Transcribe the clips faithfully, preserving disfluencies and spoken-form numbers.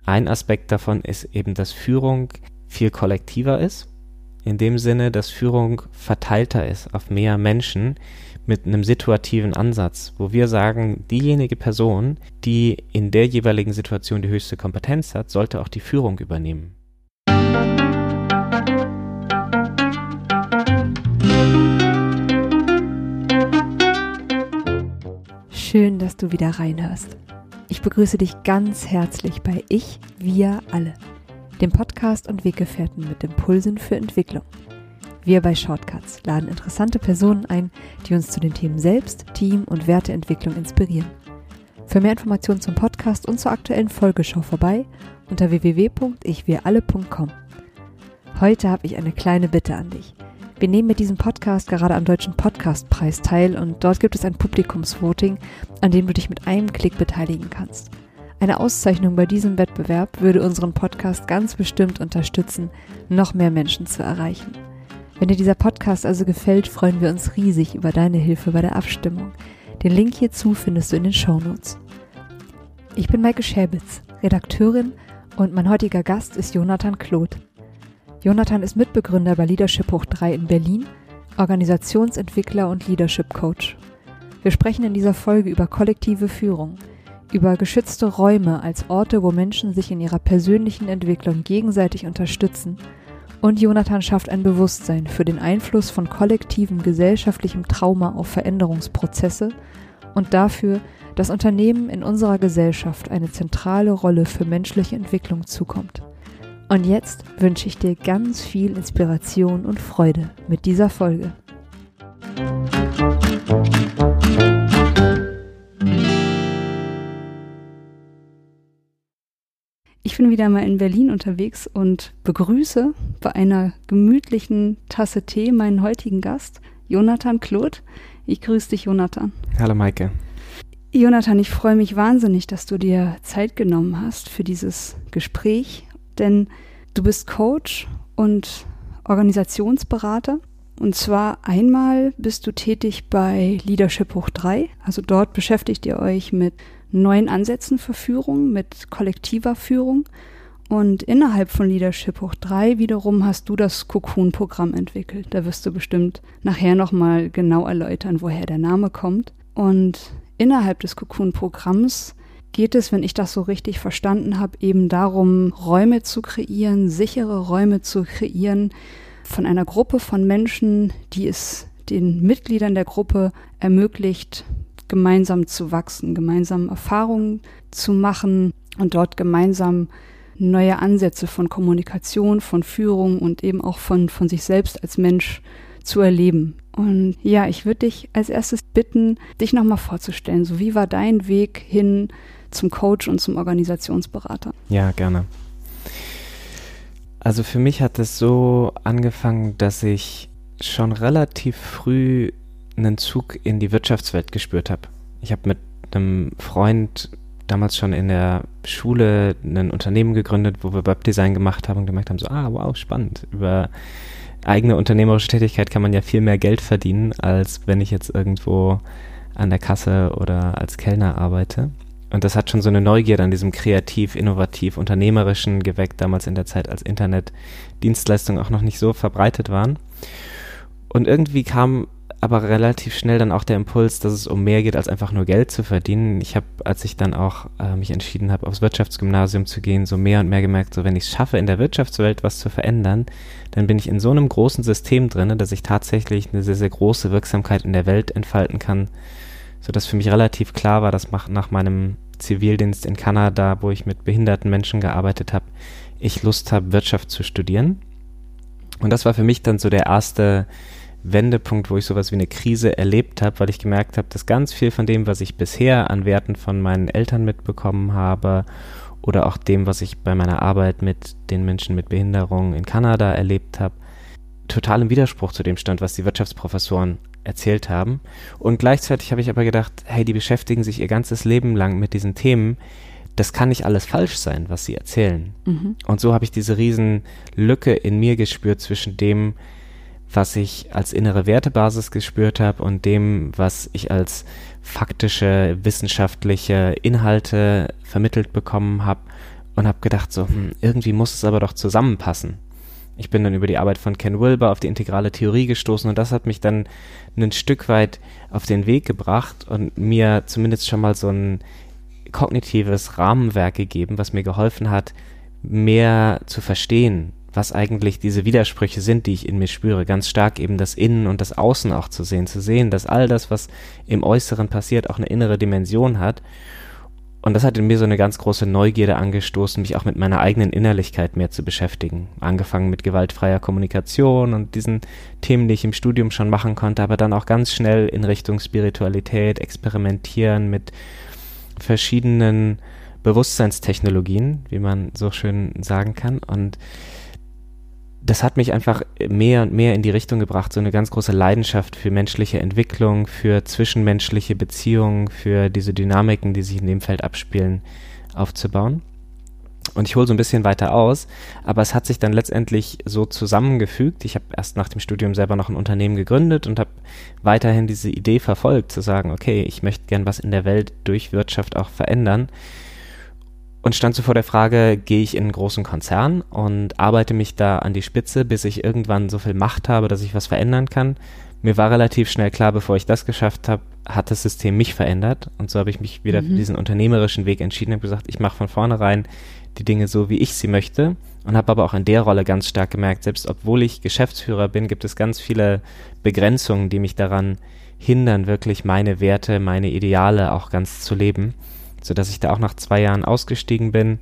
ein Aspekt davon ist eben, dass Führung viel kollektiver ist, in dem Sinne, dass Führung verteilter ist auf mehr Menschen mit einem situativen Ansatz, wo wir sagen, diejenige Person, die in der jeweiligen Situation die höchste Kompetenz hat, sollte auch die Führung übernehmen. Schön, dass du wieder reinhörst. Ich begrüße dich ganz herzlich bei Ich, Wir, Alle, dem Podcast und Weggefährten mit Impulsen für Entwicklung. Wir bei Shortcuts laden interessante Personen ein, die uns zu den Themen Selbst-, Team- und Werteentwicklung inspirieren. Für mehr Informationen zum Podcast und zur aktuellen Folge schau vorbei unter w w w punkt ich wir alle punkt com. Heute habe ich eine kleine Bitte an dich. Wir nehmen mit diesem Podcast gerade am Deutschen Podcastpreis teil und dort gibt es ein Publikumsvoting, an dem du dich mit einem Klick beteiligen kannst. Eine Auszeichnung bei diesem Wettbewerb würde unseren Podcast ganz bestimmt unterstützen, noch mehr Menschen zu erreichen. Wenn dir dieser Podcast also gefällt, freuen wir uns riesig über deine Hilfe bei der Abstimmung. Den Link hierzu findest du in den Shownotes. Ich bin Maike Schäbitz, Redakteurin, und mein heutiger Gast ist Jonathan Kloth. Jonathan ist Mitbegründer bei Leadership Hoch drei in Berlin, Organisationsentwickler und Leadership Coach. Wir sprechen in dieser Folge über kollektive Führung, über geschützte Räume als Orte, wo Menschen sich in ihrer persönlichen Entwicklung gegenseitig unterstützen, und Jonathan schafft ein Bewusstsein für den Einfluss von kollektivem gesellschaftlichem Trauma auf Veränderungsprozesse und dafür, dass Unternehmen in unserer Gesellschaft eine zentrale Rolle für menschliche Entwicklung zukommt. Und jetzt wünsche ich dir ganz viel Inspiration und Freude mit dieser Folge. Ich bin wieder mal in Berlin unterwegs und begrüße bei einer gemütlichen Tasse Tee meinen heutigen Gast, Jonathan Kloth. Ich grüße dich, Jonathan. Hallo Maike. Jonathan, ich freue mich wahnsinnig, dass du dir Zeit genommen hast für dieses Gespräch. Denn du bist Coach und Organisationsberater. Und zwar einmal bist du tätig bei Leadership Hoch drei. Also dort beschäftigt ihr euch mit neuen Ansätzen für Führung, mit kollektiver Führung. Und innerhalb von Leadership Hoch drei wiederum hast du das Cocoon-Programm entwickelt. Da wirst du bestimmt nachher nochmal genau erläutern, woher der Name kommt. Und innerhalb des Cocoon-Programms geht es, wenn ich das so richtig verstanden habe, eben darum, Räume zu kreieren, sichere Räume zu kreieren von einer Gruppe von Menschen, die es den Mitgliedern der Gruppe ermöglicht, gemeinsam zu wachsen, gemeinsam Erfahrungen zu machen und dort gemeinsam neue Ansätze von Kommunikation, von Führung und eben auch von, von sich selbst als Mensch zu erleben. Und ja, ich würde dich als erstes bitten, dich nochmal vorzustellen. So, wie war dein Weg hin zum Coach und zum Organisationsberater? Ja, gerne. Also für mich hat es so angefangen, dass ich schon relativ früh einen Zug in die Wirtschaftswelt gespürt habe. Ich habe mit einem Freund damals schon in der Schule ein Unternehmen gegründet, wo wir Webdesign gemacht haben und gemerkt haben, so, ah, wow, spannend. Über eigene unternehmerische Tätigkeit kann man ja viel mehr Geld verdienen, als wenn ich jetzt irgendwo an der Kasse oder als Kellner arbeite. Und das hat schon so eine Neugierde an diesem kreativ, innovativ, unternehmerischen geweckt, damals in der Zeit, als Internetdienstleistungen auch noch nicht so verbreitet waren. Und irgendwie kam aber relativ schnell dann auch der Impuls, dass es um mehr geht, als einfach nur Geld zu verdienen. Ich habe, als ich dann auch äh, mich entschieden habe, aufs Wirtschaftsgymnasium zu gehen, so mehr und mehr gemerkt, so wenn ich es schaffe, in der Wirtschaftswelt was zu verändern, dann bin ich in so einem großen System drin, dass ich tatsächlich eine sehr, sehr große Wirksamkeit in der Welt entfalten kann, sodass für mich relativ klar war, dass nach meinem Zivildienst in Kanada, wo ich mit behinderten Menschen gearbeitet habe, ich Lust habe, Wirtschaft zu studieren. Und das war für mich dann so der erste Wendepunkt, wo ich sowas wie eine Krise erlebt habe, weil ich gemerkt habe, dass ganz viel von dem, was ich bisher an Werten von meinen Eltern mitbekommen habe oder auch dem, was ich bei meiner Arbeit mit den Menschen mit Behinderung in Kanada erlebt habe, total im Widerspruch zu dem stand, was die Wirtschaftsprofessoren erzählt haben. Und gleichzeitig habe ich aber gedacht, hey, die beschäftigen sich ihr ganzes Leben lang mit diesen Themen. Das kann nicht alles falsch sein, was sie erzählen. Mhm. Und so habe ich diese riesen Lücke in mir gespürt zwischen dem, was ich als innere Wertebasis gespürt habe und dem, was ich als faktische, wissenschaftliche Inhalte vermittelt bekommen habe und habe gedacht, so hm, irgendwie muss es aber doch zusammenpassen. Ich bin dann über die Arbeit von Ken Wilber auf die integrale Theorie gestoßen und das hat mich dann ein Stück weit auf den Weg gebracht und mir zumindest schon mal so ein kognitives Rahmenwerk gegeben, was mir geholfen hat, mehr zu verstehen, was eigentlich diese Widersprüche sind, die ich in mir spüre. Ganz stark eben das Innen und das Außen auch zu sehen, zu sehen, dass all das, was im Äußeren passiert, auch eine innere Dimension hat. Und das hat in mir so eine ganz große Neugierde angestoßen, mich auch mit meiner eigenen Innerlichkeit mehr zu beschäftigen. Angefangen mit gewaltfreier Kommunikation und diesen Themen, die ich im Studium schon machen konnte, aber dann auch ganz schnell in Richtung Spiritualität, Experimentieren mit verschiedenen Bewusstseinstechnologien, wie man so schön sagen kann. Und das hat mich einfach mehr und mehr in die Richtung gebracht, so eine ganz große Leidenschaft für menschliche Entwicklung, für zwischenmenschliche Beziehungen, für diese Dynamiken, die sich in dem Feld abspielen, aufzubauen. Und ich hole so ein bisschen weiter aus, aber es hat sich dann letztendlich so zusammengefügt. Ich habe erst nach dem Studium selber noch ein Unternehmen gegründet und habe weiterhin diese Idee verfolgt, zu sagen, okay, ich möchte gern was in der Welt durch Wirtschaft auch verändern. Und stand so vor der Frage, gehe ich in einen großen Konzern und arbeite mich da an die Spitze, bis ich irgendwann so viel Macht habe, dass ich was verändern kann. Mir war relativ schnell klar, bevor ich das geschafft habe, hat das System mich verändert. Und so habe ich mich wieder mhm. für diesen unternehmerischen Weg entschieden und gesagt, ich mache von vornherein die Dinge so, wie ich sie möchte. Und habe aber auch in der Rolle ganz stark gemerkt, selbst obwohl ich Geschäftsführer bin, gibt es ganz viele Begrenzungen, die mich daran hindern, wirklich meine Werte, meine Ideale auch ganz zu leben. Sodass ich da auch nach zwei Jahren ausgestiegen bin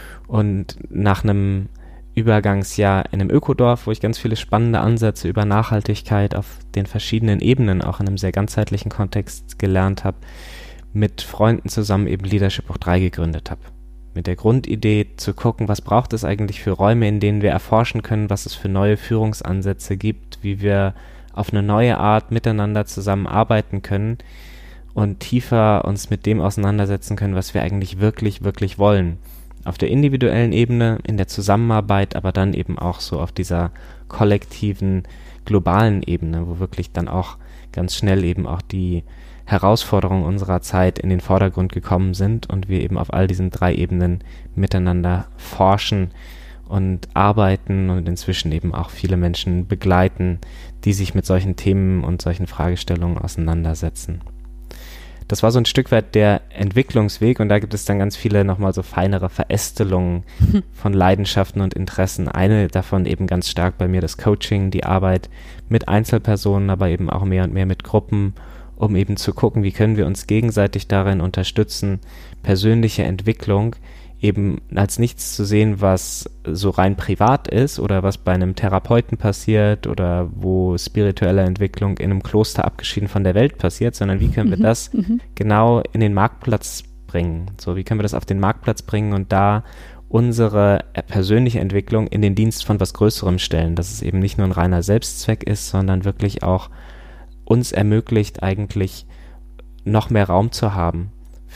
und nach einem Übergangsjahr in einem Ökodorf, wo ich ganz viele spannende Ansätze über Nachhaltigkeit auf den verschiedenen Ebenen, auch in einem sehr ganzheitlichen Kontext gelernt habe, mit Freunden zusammen eben Leadership Hoch drei gegründet habe. Mit der Grundidee zu gucken, was braucht es eigentlich für Räume, in denen wir erforschen können, was es für neue Führungsansätze gibt, wie wir auf eine neue Art miteinander zusammenarbeiten können, und tiefer uns mit dem auseinandersetzen können, was wir eigentlich wirklich, wirklich wollen. Auf der individuellen Ebene, in der Zusammenarbeit, aber dann eben auch so auf dieser kollektiven, globalen Ebene, wo wirklich dann auch ganz schnell eben auch die Herausforderungen unserer Zeit in den Vordergrund gekommen sind und wir eben auf all diesen drei Ebenen miteinander forschen und arbeiten und inzwischen eben auch viele Menschen begleiten, die sich mit solchen Themen und solchen Fragestellungen auseinandersetzen. Das war so ein Stück weit der Entwicklungsweg und da gibt es dann ganz viele nochmal so feinere Verästelungen von Leidenschaften und Interessen. Eine davon eben ganz stark bei mir das Coaching, die Arbeit mit Einzelpersonen, aber eben auch mehr und mehr mit Gruppen, um eben zu gucken, wie können wir uns gegenseitig darin unterstützen, persönliche Entwicklung eben als nichts zu sehen, was so rein privat ist oder was bei einem Therapeuten passiert oder wo spirituelle Entwicklung in einem Kloster abgeschieden von der Welt passiert, sondern wie können wir mhm, das mhm. genau in den Marktplatz bringen? So, wie können wir das auf den Marktplatz bringen und da unsere persönliche Entwicklung in den Dienst von was Größerem stellen, dass es eben nicht nur ein reiner Selbstzweck ist, sondern wirklich auch uns ermöglicht, eigentlich noch mehr Raum zu haben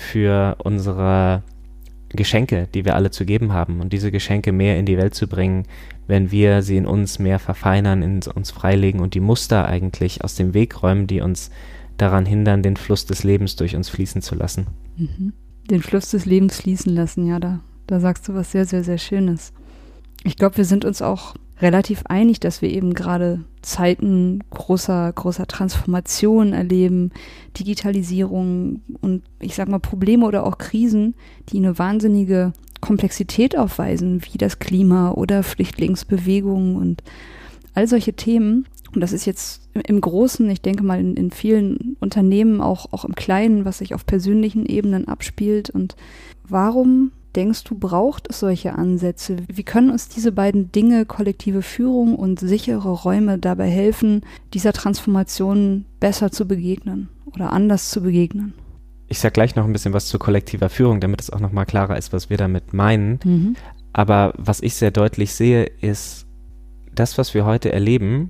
für unsere Geschenke, die wir alle zu geben haben und diese Geschenke mehr in die Welt zu bringen, wenn wir sie in uns mehr verfeinern, in uns freilegen und die Muster eigentlich aus dem Weg räumen, die uns daran hindern, den Fluss des Lebens durch uns fließen zu lassen. Mhm. Den Fluss des Lebens fließen lassen, ja, da, da sagst du was sehr, sehr, sehr Schönes. Ich glaube, wir sind uns auch relativ einig, dass wir eben gerade Zeiten großer, großer Transformation erleben, Digitalisierung und ich sag mal Probleme oder auch Krisen, die eine wahnsinnige Komplexität aufweisen, wie das Klima oder Flüchtlingsbewegungen und all solche Themen. Und das ist jetzt im Großen, ich denke mal in, in vielen Unternehmen, auch, auch im Kleinen, was sich auf persönlichen Ebenen abspielt. Und warum denkst du, braucht es solche Ansätze? Wie können uns diese beiden Dinge, kollektive Führung und sichere Räume, dabei helfen, dieser Transformation besser zu begegnen oder anders zu begegnen? Ich sage gleich noch ein bisschen was zu kollektiver Führung, damit es auch nochmal klarer ist, was wir damit meinen. Mhm. Aber was ich sehr deutlich sehe, ist, das, was wir heute erleben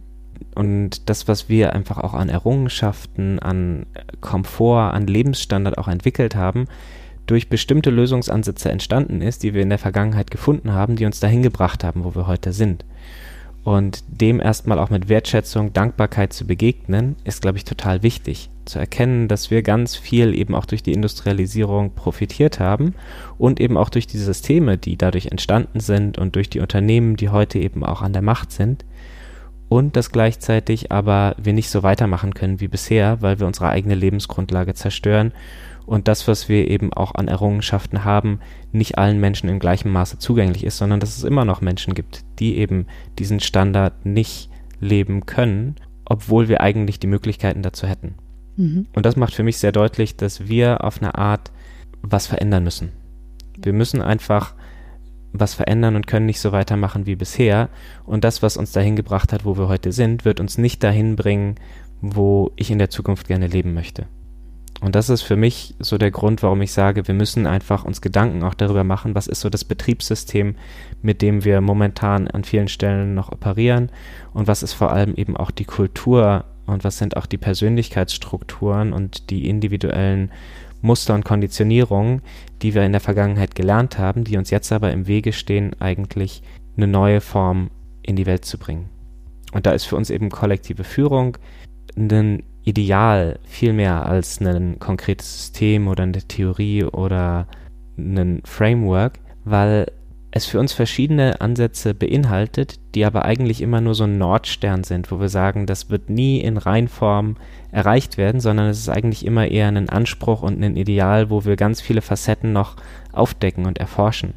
und das, was wir einfach auch an Errungenschaften, an Komfort, an Lebensstandard auch entwickelt haben, durch bestimmte Lösungsansätze entstanden ist, die wir in der Vergangenheit gefunden haben, die uns dahin gebracht haben, wo wir heute sind. Und dem erstmal auch mit Wertschätzung, Dankbarkeit zu begegnen, ist, glaube ich, total wichtig. zu erkennen, dass wir ganz viel eben auch durch die Industrialisierung profitiert haben und eben auch durch die Systeme, die dadurch entstanden sind und durch die Unternehmen, die heute eben auch an der Macht sind. Und dass gleichzeitig aber wir nicht so weitermachen können wie bisher, weil wir unsere eigene Lebensgrundlage zerstören und das, was wir eben auch an Errungenschaften haben, nicht allen Menschen in gleichem Maße zugänglich ist, sondern dass es immer noch Menschen gibt, die eben diesen Standard nicht leben können, obwohl wir eigentlich die Möglichkeiten dazu hätten. Mhm. Und das macht für mich sehr deutlich, dass wir auf eine Art was verändern müssen. Wir müssen einfach was verändern und können nicht so weitermachen wie bisher. Und das, was uns dahin gebracht hat, wo wir heute sind, wird uns nicht dahin bringen, wo ich in der Zukunft gerne leben möchte. Und das ist für mich so der Grund, warum ich sage, wir müssen einfach uns Gedanken auch darüber machen, was ist so das Betriebssystem, mit dem wir momentan an vielen Stellen noch operieren und was ist vor allem eben auch die Kultur und was sind auch die Persönlichkeitsstrukturen und die individuellen Muster und Konditionierungen, die wir in der Vergangenheit gelernt haben, die uns jetzt aber im Wege stehen, eigentlich eine neue Form in die Welt zu bringen. Und da ist für uns eben kollektive Führung ein Ideal viel mehr als ein konkretes System oder eine Theorie oder ein Framework, weil es für uns verschiedene Ansätze beinhaltet, die aber eigentlich immer nur so ein Nordstern sind, wo wir sagen, das wird nie in Reinform erreicht werden, sondern es ist eigentlich immer eher ein Anspruch und ein Ideal, wo wir ganz viele Facetten noch aufdecken und erforschen.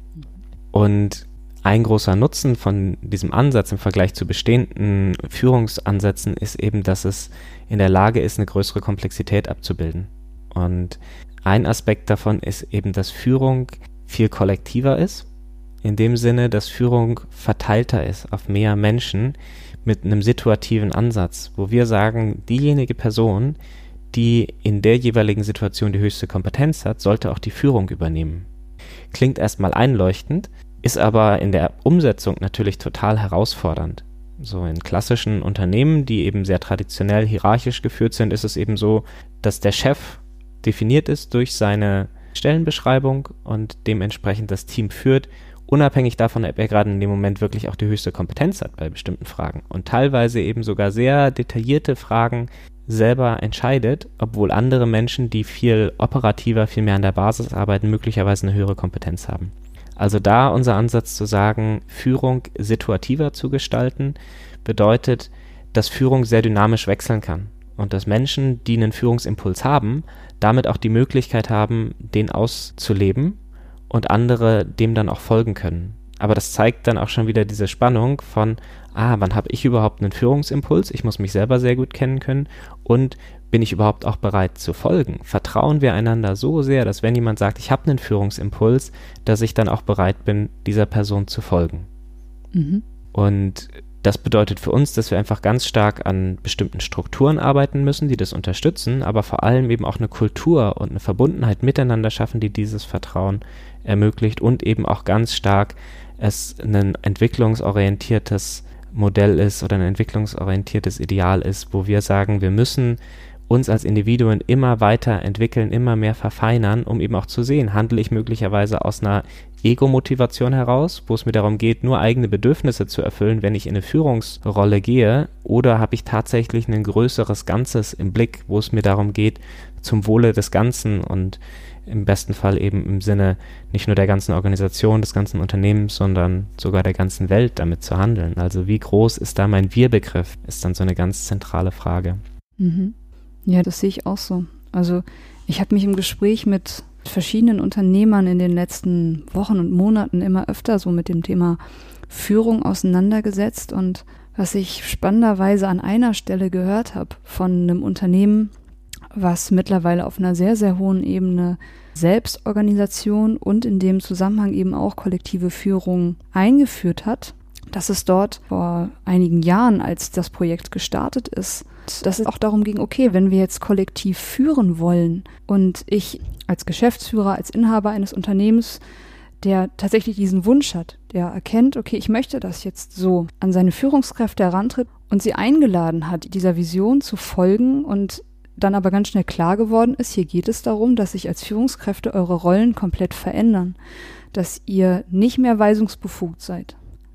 Und ein großer Nutzen von diesem Ansatz im Vergleich zu bestehenden Führungsansätzen ist eben, dass es in der Lage ist, eine größere Komplexität abzubilden. Und ein Aspekt davon ist eben, dass Führung viel kollektiver ist, in dem Sinne, dass Führung verteilter ist auf mehr Menschen mit einem situativen Ansatz, wo wir sagen, diejenige Person, die in der jeweiligen Situation die höchste Kompetenz hat, sollte auch die Führung übernehmen. Klingt erstmal einleuchtend, ist aber in der Umsetzung natürlich total herausfordernd. So in klassischen Unternehmen, die eben sehr traditionell hierarchisch geführt sind, ist es eben so, dass der Chef definiert ist durch seine Stellenbeschreibung und dementsprechend das Team führt, unabhängig davon, ob er gerade in dem Moment wirklich auch die höchste Kompetenz hat bei bestimmten Fragen und teilweise eben sogar sehr detaillierte Fragen selber entscheidet, obwohl andere Menschen, die viel operativer, viel mehr an der Basis arbeiten, möglicherweise eine höhere Kompetenz haben. Also da unser Ansatz zu sagen, Führung situativer zu gestalten, bedeutet, dass Führung sehr dynamisch wechseln kann und dass Menschen, die einen Führungsimpuls haben, damit auch die Möglichkeit haben, den auszuleben und andere dem dann auch folgen können. Aber das zeigt dann auch schon wieder diese Spannung von, ah, wann habe ich überhaupt einen Führungsimpuls? Ich muss mich selber sehr gut kennen können und bin ich überhaupt auch bereit zu folgen? Vertrauen wir einander so sehr, dass wenn jemand sagt, ich habe einen Führungsimpuls, dass ich dann auch bereit bin, dieser Person zu folgen. Mhm. Und das bedeutet für uns, dass wir einfach ganz stark an bestimmten Strukturen arbeiten müssen, die das unterstützen, aber vor allem eben auch eine Kultur und eine Verbundenheit miteinander schaffen, die dieses Vertrauen ermöglicht und eben auch ganz stark es ein entwicklungsorientiertes Modell ist oder ein entwicklungsorientiertes Ideal ist, wo wir sagen, wir müssen uns als Individuen immer weiter entwickeln, immer mehr verfeinern, um eben auch zu sehen, handle ich möglicherweise aus einer Ego-Motivation heraus, wo es mir darum geht, nur eigene Bedürfnisse zu erfüllen, wenn ich in eine Führungsrolle gehe, oder habe ich tatsächlich ein größeres Ganzes im Blick, wo es mir darum geht, zum Wohle des Ganzen und im besten Fall eben im Sinne nicht nur der ganzen Organisation, des ganzen Unternehmens, sondern sogar der ganzen Welt damit zu handeln. Also wie groß ist da mein Wir-Begriff, ist dann so eine ganz zentrale Frage. Mhm. Ja, das sehe ich auch so. Also ich habe mich im Gespräch mit verschiedenen Unternehmern in den letzten Wochen und Monaten immer öfter so mit dem Thema Führung auseinandergesetzt, und was ich spannenderweise an einer Stelle gehört habe von einem Unternehmen, was mittlerweile auf einer sehr, sehr hohen Ebene Selbstorganisation und in dem Zusammenhang eben auch kollektive Führung eingeführt hat, dass es dort vor einigen Jahren, als das Projekt gestartet ist, dass es auch darum ging, okay, wenn wir jetzt kollektiv führen wollen und ich als Geschäftsführer, als Inhaber eines Unternehmens, der tatsächlich diesen Wunsch hat, der erkennt, okay, ich möchte das jetzt so, an seine Führungskräfte herantritt und sie eingeladen hat, dieser Vision zu folgen, und dann aber ganz schnell klar geworden ist, hier geht es darum, dass sich als Führungskräfte eure Rollen komplett verändern, dass ihr nicht mehr weisungsbefugt seid,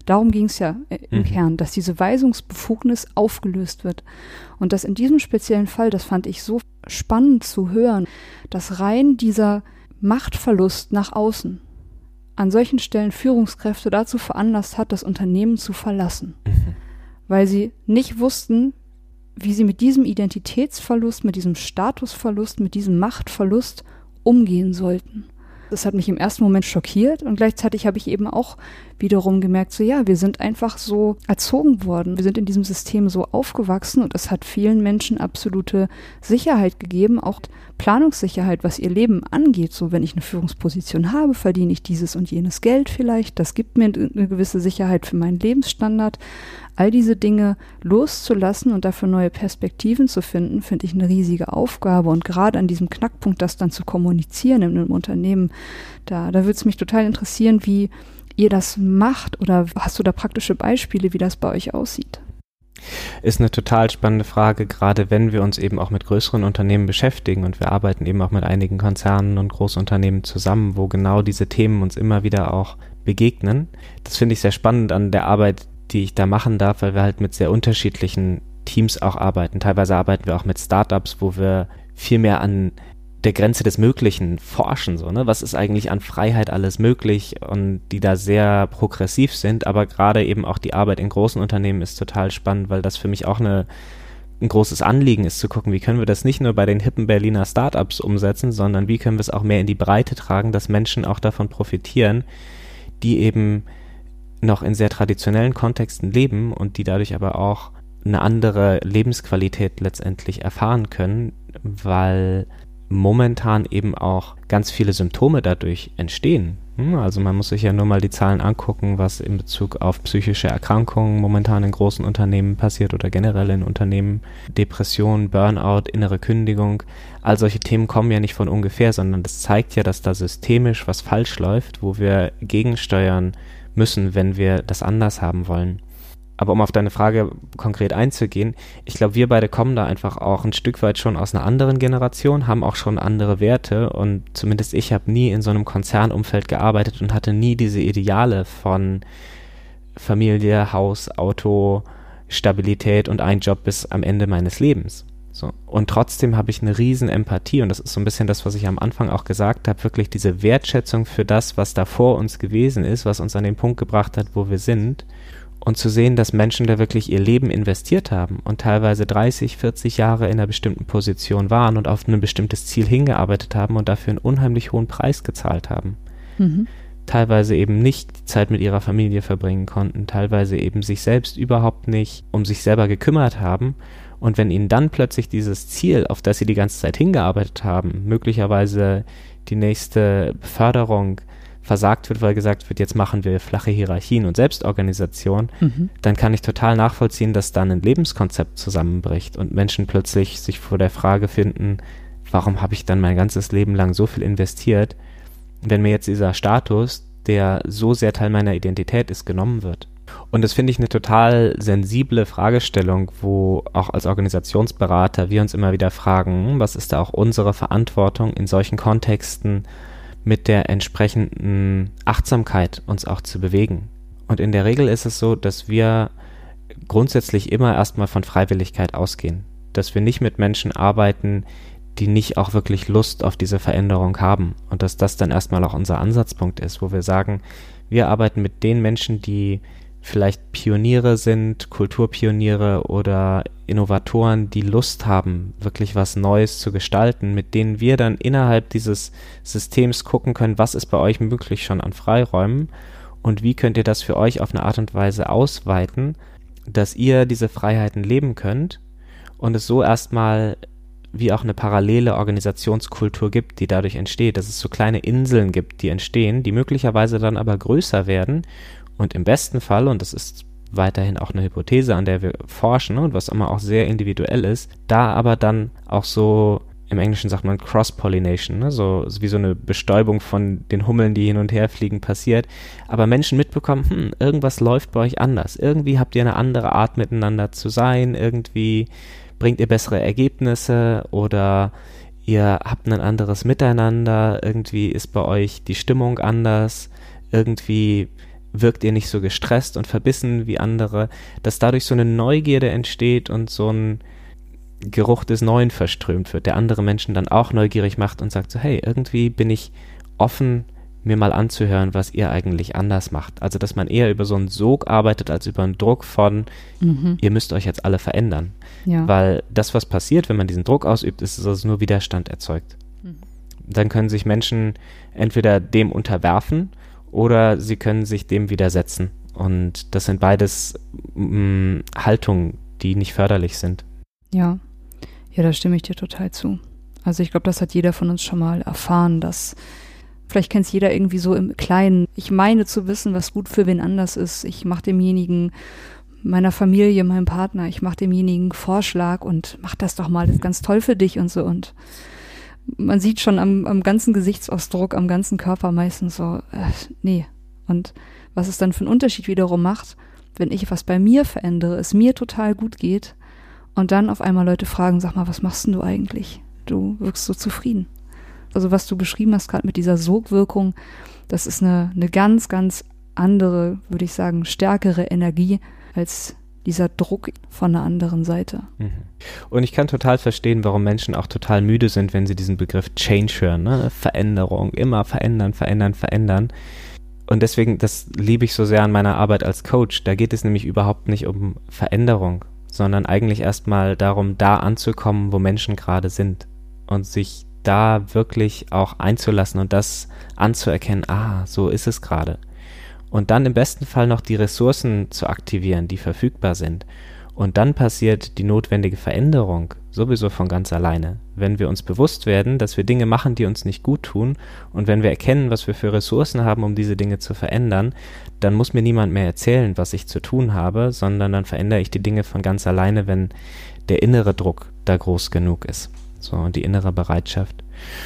Darum ging es ja äh, im Mhm. Kern, dass diese Weisungsbefugnis aufgelöst wird. Und dass in diesem speziellen Fall, das fand ich so spannend zu hören, dass rein dieser Machtverlust nach außen an solchen Stellen Führungskräfte dazu veranlasst hat, das Unternehmen zu verlassen. Mhm. Weil sie nicht wussten, wie sie mit diesem Identitätsverlust, mit diesem Statusverlust, mit diesem Machtverlust umgehen sollten. Das hat mich im ersten Moment schockiert und gleichzeitig habe ich eben auch wiederum gemerkt, so ja, wir sind einfach so erzogen worden. Wir sind in diesem System so aufgewachsen und es hat vielen Menschen absolute Sicherheit gegeben, auch Planungssicherheit, was ihr Leben angeht. So, wenn ich eine Führungsposition habe, verdiene ich dieses und jenes Geld vielleicht. Das gibt mir eine gewisse Sicherheit für meinen Lebensstandard. All diese Dinge loszulassen und dafür neue Perspektiven zu finden, finde ich eine riesige Aufgabe. Und gerade an diesem Knackpunkt, das dann zu kommunizieren in einem Unternehmen, da, da würde es mich total interessieren, wie ihr das macht, oder hast du da praktische Beispiele, wie das bei euch aussieht? Ist eine total spannende Frage, gerade wenn wir uns eben auch mit größeren Unternehmen beschäftigen, und wir arbeiten eben auch mit einigen Konzernen und Großunternehmen zusammen, wo genau diese Themen uns immer wieder auch begegnen. Das finde ich sehr spannend an der Arbeit, die ich da machen darf, weil wir halt mit sehr unterschiedlichen Teams auch arbeiten. Teilweise arbeiten wir auch mit Startups, wo wir viel mehr an der Grenze des Möglichen forschen, so, ne? Was ist eigentlich an Freiheit alles möglich, und die da sehr progressiv sind, aber gerade eben auch die Arbeit in großen Unternehmen ist total spannend, weil das für mich auch eine, ein großes Anliegen ist, zu gucken, wie können wir das nicht nur bei den hippen Berliner Startups umsetzen, sondern wie können wir es auch mehr in die Breite tragen, dass Menschen auch davon profitieren, die eben noch in sehr traditionellen Kontexten leben und die dadurch aber auch eine andere Lebensqualität letztendlich erfahren können, weil momentan eben auch ganz viele Symptome dadurch entstehen. Also man muss sich ja nur mal die Zahlen angucken, was in Bezug auf psychische Erkrankungen momentan in großen Unternehmen passiert oder generell in Unternehmen. Depression, Burnout, innere Kündigung, all solche Themen kommen ja nicht von ungefähr, sondern das zeigt ja, dass da systemisch was falsch läuft, wo wir gegensteuern müssen, wenn wir das anders haben wollen. Aber um auf deine Frage konkret einzugehen, ich glaube, wir beide kommen da einfach auch ein Stück weit schon aus einer anderen Generation, haben auch schon andere Werte, und zumindest ich habe nie in so einem Konzernumfeld gearbeitet und hatte nie diese Ideale von Familie, Haus, Auto, Stabilität und ein Job bis am Ende meines Lebens. So. Und trotzdem habe ich eine riesen Empathie, und das ist so ein bisschen das, was ich am Anfang auch gesagt habe, wirklich diese Wertschätzung für das, was da vor uns gewesen ist, was uns an den Punkt gebracht hat, wo wir sind. Und zu sehen, dass Menschen da wirklich ihr Leben investiert haben und teilweise dreißig, vierzig Jahre in einer bestimmten Position waren und auf ein bestimmtes Ziel hingearbeitet haben und dafür einen unheimlich hohen Preis gezahlt haben. Mhm. Teilweise eben nicht Zeit mit ihrer Familie verbringen konnten, teilweise eben sich selbst überhaupt nicht um sich selber gekümmert haben. Und wenn ihnen dann plötzlich dieses Ziel, auf das sie die ganze Zeit hingearbeitet haben, möglicherweise die nächste Beförderung versagt wird, weil gesagt wird, jetzt machen wir flache Hierarchien und Selbstorganisation, mhm. dann kann ich total nachvollziehen, dass dann ein Lebenskonzept zusammenbricht und Menschen plötzlich sich vor der Frage finden, warum habe ich dann mein ganzes Leben lang so viel investiert, wenn mir jetzt dieser Status, der so sehr Teil meiner Identität ist, genommen wird. Und das finde ich eine total sensible Fragestellung, wo auch als Organisationsberater wir uns immer wieder fragen, was ist da auch unsere Verantwortung in solchen Kontexten, mit der entsprechenden Achtsamkeit uns auch zu bewegen. Und in der Regel ist es so, dass wir grundsätzlich immer erstmal von Freiwilligkeit ausgehen. Dass wir nicht mit Menschen arbeiten, die nicht auch wirklich Lust auf diese Veränderung haben. Und dass das dann erstmal auch unser Ansatzpunkt ist, wo wir sagen, wir arbeiten mit den Menschen, die vielleicht Pioniere sind, Kulturpioniere oder Innovatoren, die Lust haben, wirklich was Neues zu gestalten, mit denen wir dann innerhalb dieses Systems gucken können, was ist bei euch möglich schon an Freiräumen und wie könnt ihr das für euch auf eine Art und Weise ausweiten, dass ihr diese Freiheiten leben könnt und es so erstmal wie auch eine parallele Organisationskultur gibt, die dadurch entsteht, dass es so kleine Inseln gibt, die entstehen, die möglicherweise dann aber größer werden. Und im besten Fall, und das ist weiterhin auch eine Hypothese, an der wir forschen und was immer auch sehr individuell ist, da aber dann auch so, im Englischen sagt man Cross-Pollination, ne? so, so wie so eine Bestäubung von den Hummeln, die hin und her fliegen, passiert, aber Menschen mitbekommen, hm, irgendwas läuft bei euch anders, irgendwie habt ihr eine andere Art miteinander zu sein, irgendwie bringt ihr bessere Ergebnisse oder ihr habt ein anderes Miteinander, irgendwie ist bei euch die Stimmung anders, irgendwie wirkt ihr nicht so gestresst und verbissen wie andere, dass dadurch so eine Neugierde entsteht und so ein Geruch des Neuen verströmt wird, der andere Menschen dann auch neugierig macht und sagt so, hey, irgendwie bin ich offen, mir mal anzuhören, was ihr eigentlich anders macht. Also, dass man eher über so einen Sog arbeitet, als über einen Druck von, mhm. ihr müsst euch jetzt alle verändern. Ja. Weil das, was passiert, wenn man diesen Druck ausübt, ist, dass es nur Widerstand erzeugt. Mhm. Dann können sich Menschen entweder dem unterwerfen oder sie können sich dem widersetzen. Und das sind beides mh, Haltungen, die nicht förderlich sind. Ja, ja, da stimme ich dir total zu. Also ich glaube, das hat jeder von uns schon mal erfahren, dass vielleicht kennt es jeder irgendwie so im Kleinen. Ich meine zu wissen, was gut für wen anders ist. Ich mache demjenigen, meiner Familie, meinem Partner, ich mache demjenigen Vorschlag und mach das doch mal, das ist ganz toll für dich und so. Und man sieht schon am, am ganzen Gesichtsausdruck, am ganzen Körper meistens so, äh, nee. Und was es dann für einen Unterschied wiederum macht, wenn ich was bei mir verändere, es mir total gut geht und dann auf einmal Leute fragen, sag mal, was machst denn du eigentlich? Du wirkst so zufrieden. Also was du beschrieben hast gerade mit dieser Sogwirkung, das ist eine, eine ganz, ganz andere, würde ich sagen, stärkere Energie als dieser Druck von einer anderen Seite. Und ich kann total verstehen, warum Menschen auch total müde sind, wenn sie diesen Begriff Change hören, ne? Veränderung, immer verändern, verändern, verändern. Und deswegen, das liebe ich so sehr an meiner Arbeit als Coach, da geht es nämlich überhaupt nicht um Veränderung, sondern eigentlich erstmal darum, da anzukommen, wo Menschen gerade sind und sich da wirklich auch einzulassen und das anzuerkennen, ah, so ist es gerade. Und dann im besten Fall noch die Ressourcen zu aktivieren, die verfügbar sind. Und dann passiert die notwendige Veränderung sowieso von ganz alleine. Wenn wir uns bewusst werden, dass wir Dinge machen, die uns nicht gut tun, und wenn wir erkennen, was wir für Ressourcen haben, um diese Dinge zu verändern, dann muss mir niemand mehr erzählen, was ich zu tun habe, sondern dann verändere ich die Dinge von ganz alleine, wenn der innere Druck da groß genug ist. So, und die innere Bereitschaft.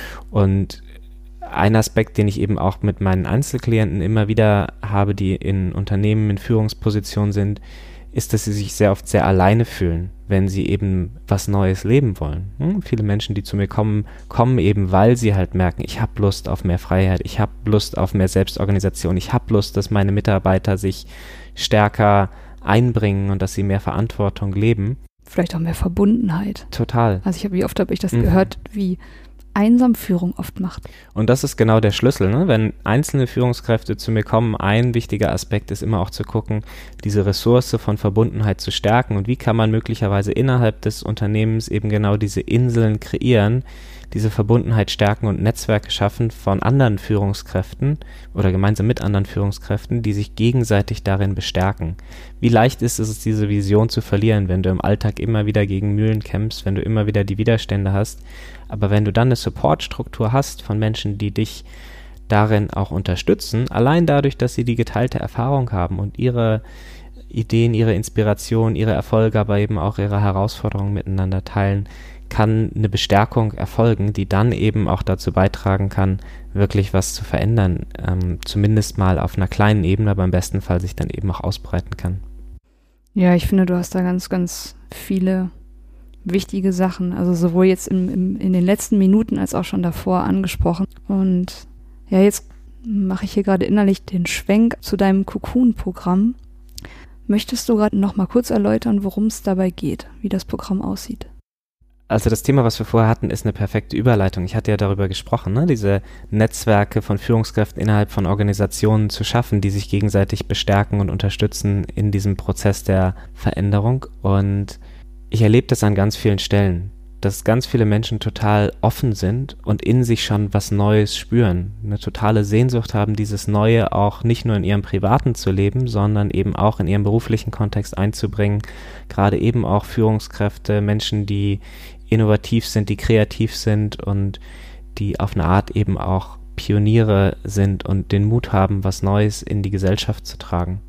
Und ein Aspekt, den ich eben auch mit meinen Einzelklienten immer wieder habe, die in Unternehmen in Führungspositionen sind, ist, dass sie sich sehr oft sehr alleine fühlen, wenn sie eben was Neues leben wollen. Hm? Viele Menschen, die zu mir kommen, kommen eben, weil sie halt merken, ich habe Lust auf mehr Freiheit, ich habe Lust auf mehr Selbstorganisation, ich habe Lust, dass meine Mitarbeiter sich stärker einbringen und dass sie mehr Verantwortung leben. Vielleicht auch mehr Verbundenheit. Total. Also ich habe, wie oft habe ich das mhm. gehört, wie einsam Führung oft macht. Und das ist genau der Schlüssel, ne? Wenn einzelne Führungskräfte zu mir kommen, ein wichtiger Aspekt ist immer auch zu gucken, diese Ressource von Verbundenheit zu stärken und wie kann man möglicherweise innerhalb des Unternehmens eben genau diese Inseln kreieren, diese Verbundenheit stärken und Netzwerke schaffen von anderen Führungskräften oder gemeinsam mit anderen Führungskräften, die sich gegenseitig darin bestärken. Wie leicht ist es, diese Vision zu verlieren, wenn du im Alltag immer wieder gegen Mühlen kämpfst, wenn du immer wieder die Widerstände hast. Aber wenn du dann eine Supportstruktur hast von Menschen, die dich darin auch unterstützen, allein dadurch, dass sie die geteilte Erfahrung haben und ihre Ideen, ihre Inspiration, ihre Erfolge, aber eben auch ihre Herausforderungen miteinander teilen, kann eine Bestärkung erfolgen, die dann eben auch dazu beitragen kann, wirklich was zu verändern, ähm, zumindest mal auf einer kleinen Ebene, aber im besten Fall sich dann eben auch ausbreiten kann. Ja, ich finde, du hast da ganz, ganz viele wichtige Sachen, also sowohl jetzt im, im, in den letzten Minuten als auch schon davor angesprochen. Und ja, jetzt mache ich hier gerade innerlich den Schwenk zu deinem Cocoon-Programm. Möchtest du gerade noch mal kurz erläutern, worum es dabei geht, wie das Programm aussieht? Also das Thema, was wir vorher hatten, ist eine perfekte Überleitung. Ich hatte ja darüber gesprochen, ne? Diese Netzwerke von Führungskräften innerhalb von Organisationen zu schaffen, die sich gegenseitig bestärken und unterstützen in diesem Prozess der Veränderung. Und ich erlebe das an ganz vielen Stellen, dass ganz viele Menschen total offen sind und in sich schon was Neues spüren, eine totale Sehnsucht haben, dieses Neue auch nicht nur in ihrem Privaten zu leben, sondern eben auch in ihrem beruflichen Kontext einzubringen. Gerade eben auch Führungskräfte, Menschen, die innovativ sind, die kreativ sind und die auf eine Art eben auch Pioniere sind und den Mut haben, was Neues in die Gesellschaft zu tragen.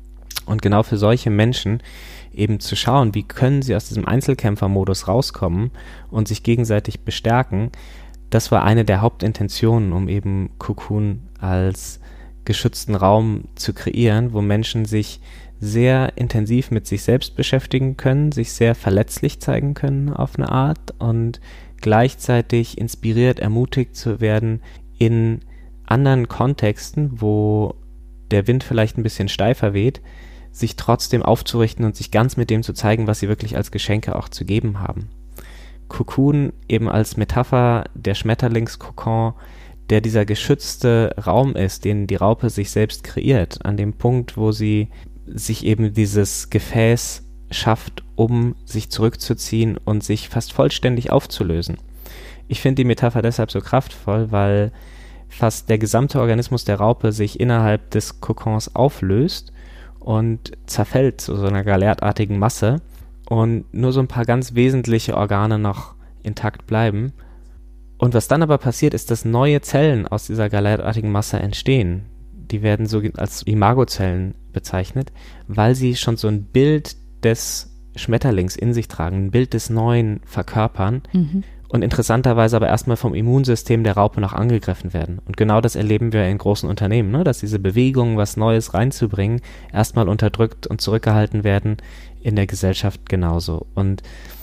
Und genau für solche Menschen eben zu schauen, wie können sie aus diesem Einzelkämpfermodus rauskommen und sich gegenseitig bestärken, das war eine der Hauptintentionen, um eben Cocoon als geschützten Raum zu kreieren, wo Menschen sich sehr intensiv mit sich selbst beschäftigen können, sich sehr verletzlich zeigen können auf eine Art und gleichzeitig inspiriert, ermutigt zu werden in anderen Kontexten, wo der Wind vielleicht ein bisschen steifer weht, sich trotzdem aufzurichten und sich ganz mit dem zu zeigen, was sie wirklich als Geschenke auch zu geben haben. Cocoon eben als Metapher, der Schmetterlingskokon, der dieser geschützte Raum ist, den die Raupe sich selbst kreiert, an dem Punkt, wo sie sich eben dieses Gefäß schafft, um sich zurückzuziehen und sich fast vollständig aufzulösen. Ich finde die Metapher deshalb so kraftvoll, weil fast der gesamte Organismus der Raupe sich innerhalb des Kokons auflöst und zerfällt zu so einer galertartigen Masse und nur so ein paar ganz wesentliche Organe noch intakt bleiben. Und was dann aber passiert, ist, dass neue Zellen aus dieser galertartigen Masse entstehen. Die werden so als Imagozellen bezeichnet, weil sie schon so ein Bild des Schmetterlings in sich tragen, ein Bild des Neuen verkörpern mhm. und interessanterweise aber erstmal vom Immunsystem der Raupe noch angegriffen werden. Und genau das erleben wir in großen Unternehmen, ne? Dass diese Bewegung, was Neues reinzubringen, erstmal unterdrückt und zurückgehalten werden, in der Gesellschaft genauso. Und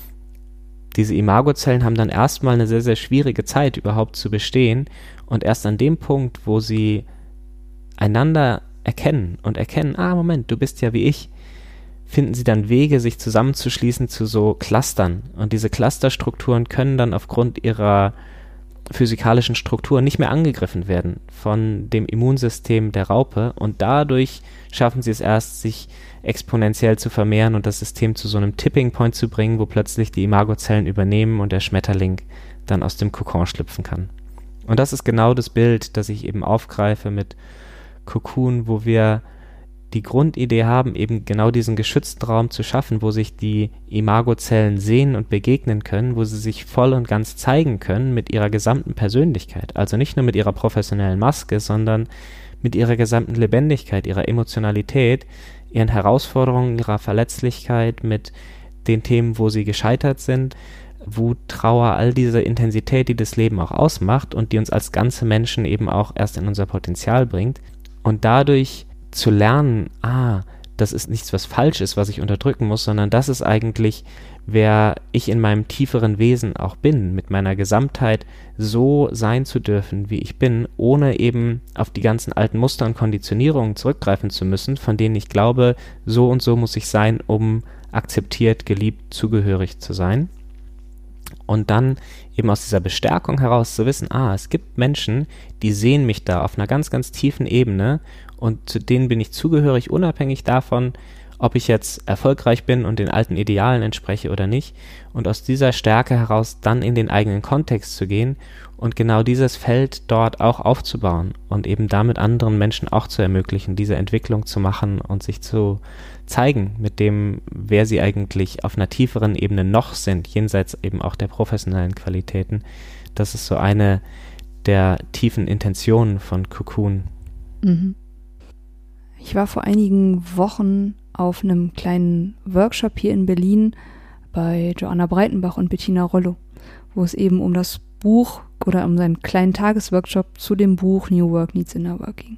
diese Imagozellen haben dann erstmal eine sehr, sehr schwierige Zeit überhaupt zu bestehen und erst an dem Punkt, wo sie einander erkennen und erkennen, ah, Moment, du bist ja wie ich, finden sie dann Wege, sich zusammenzuschließen zu so Clustern. Und diese Clusterstrukturen können dann aufgrund ihrer physikalischen Struktur nicht mehr angegriffen werden von dem Immunsystem der Raupe und dadurch schaffen sie es erst, sich exponentiell zu vermehren und das System zu so einem Tipping Point zu bringen, wo plötzlich die Imagozellen übernehmen und der Schmetterling dann aus dem Kokon schlüpfen kann. Und das ist genau das Bild, das ich eben aufgreife mit Cocoon, wo wir die Grundidee haben, eben genau diesen geschützten Raum zu schaffen, wo sich die Imagozellen sehen und begegnen können, wo sie sich voll und ganz zeigen können mit ihrer gesamten Persönlichkeit. Also nicht nur mit ihrer professionellen Maske, sondern mit ihrer gesamten Lebendigkeit, ihrer Emotionalität, ihren Herausforderungen, ihrer Verletzlichkeit, mit den Themen, wo sie gescheitert sind, Wut, Trauer, all diese Intensität, die das Leben auch ausmacht und die uns als ganze Menschen eben auch erst in unser Potenzial bringt. Und dadurch zu lernen, ah, das ist nichts, was falsch ist, was ich unterdrücken muss, sondern das ist eigentlich, wer ich in meinem tieferen Wesen auch bin, mit meiner Gesamtheit so sein zu dürfen, wie ich bin, ohne eben auf die ganzen alten Muster und Konditionierungen zurückgreifen zu müssen, von denen ich glaube, so und so muss ich sein, um akzeptiert, geliebt, zugehörig zu sein. Und dann eben aus dieser Bestärkung heraus zu wissen, ah, es gibt Menschen, die sehen mich da auf einer ganz, ganz tiefen Ebene und zu denen bin ich zugehörig, unabhängig davon, ob ich jetzt erfolgreich bin und den alten Idealen entspreche oder nicht. Und aus dieser Stärke heraus dann in den eigenen Kontext zu gehen und genau dieses Feld dort auch aufzubauen und eben damit anderen Menschen auch zu ermöglichen, diese Entwicklung zu machen und sich zu zeigen mit dem, wer sie eigentlich auf einer tieferen Ebene noch sind, jenseits eben auch der professionellen Qualitäten. Das ist so eine der tiefen Intentionen von Cocoon. Mhm. Ich war vor einigen Wochen auf einem kleinen Workshop hier in Berlin bei Joanna Breitenbach und Bettina Rollo, wo es eben um das Buch oder um seinen kleinen Tagesworkshop zu dem Buch New Work Needs Inner Work ging.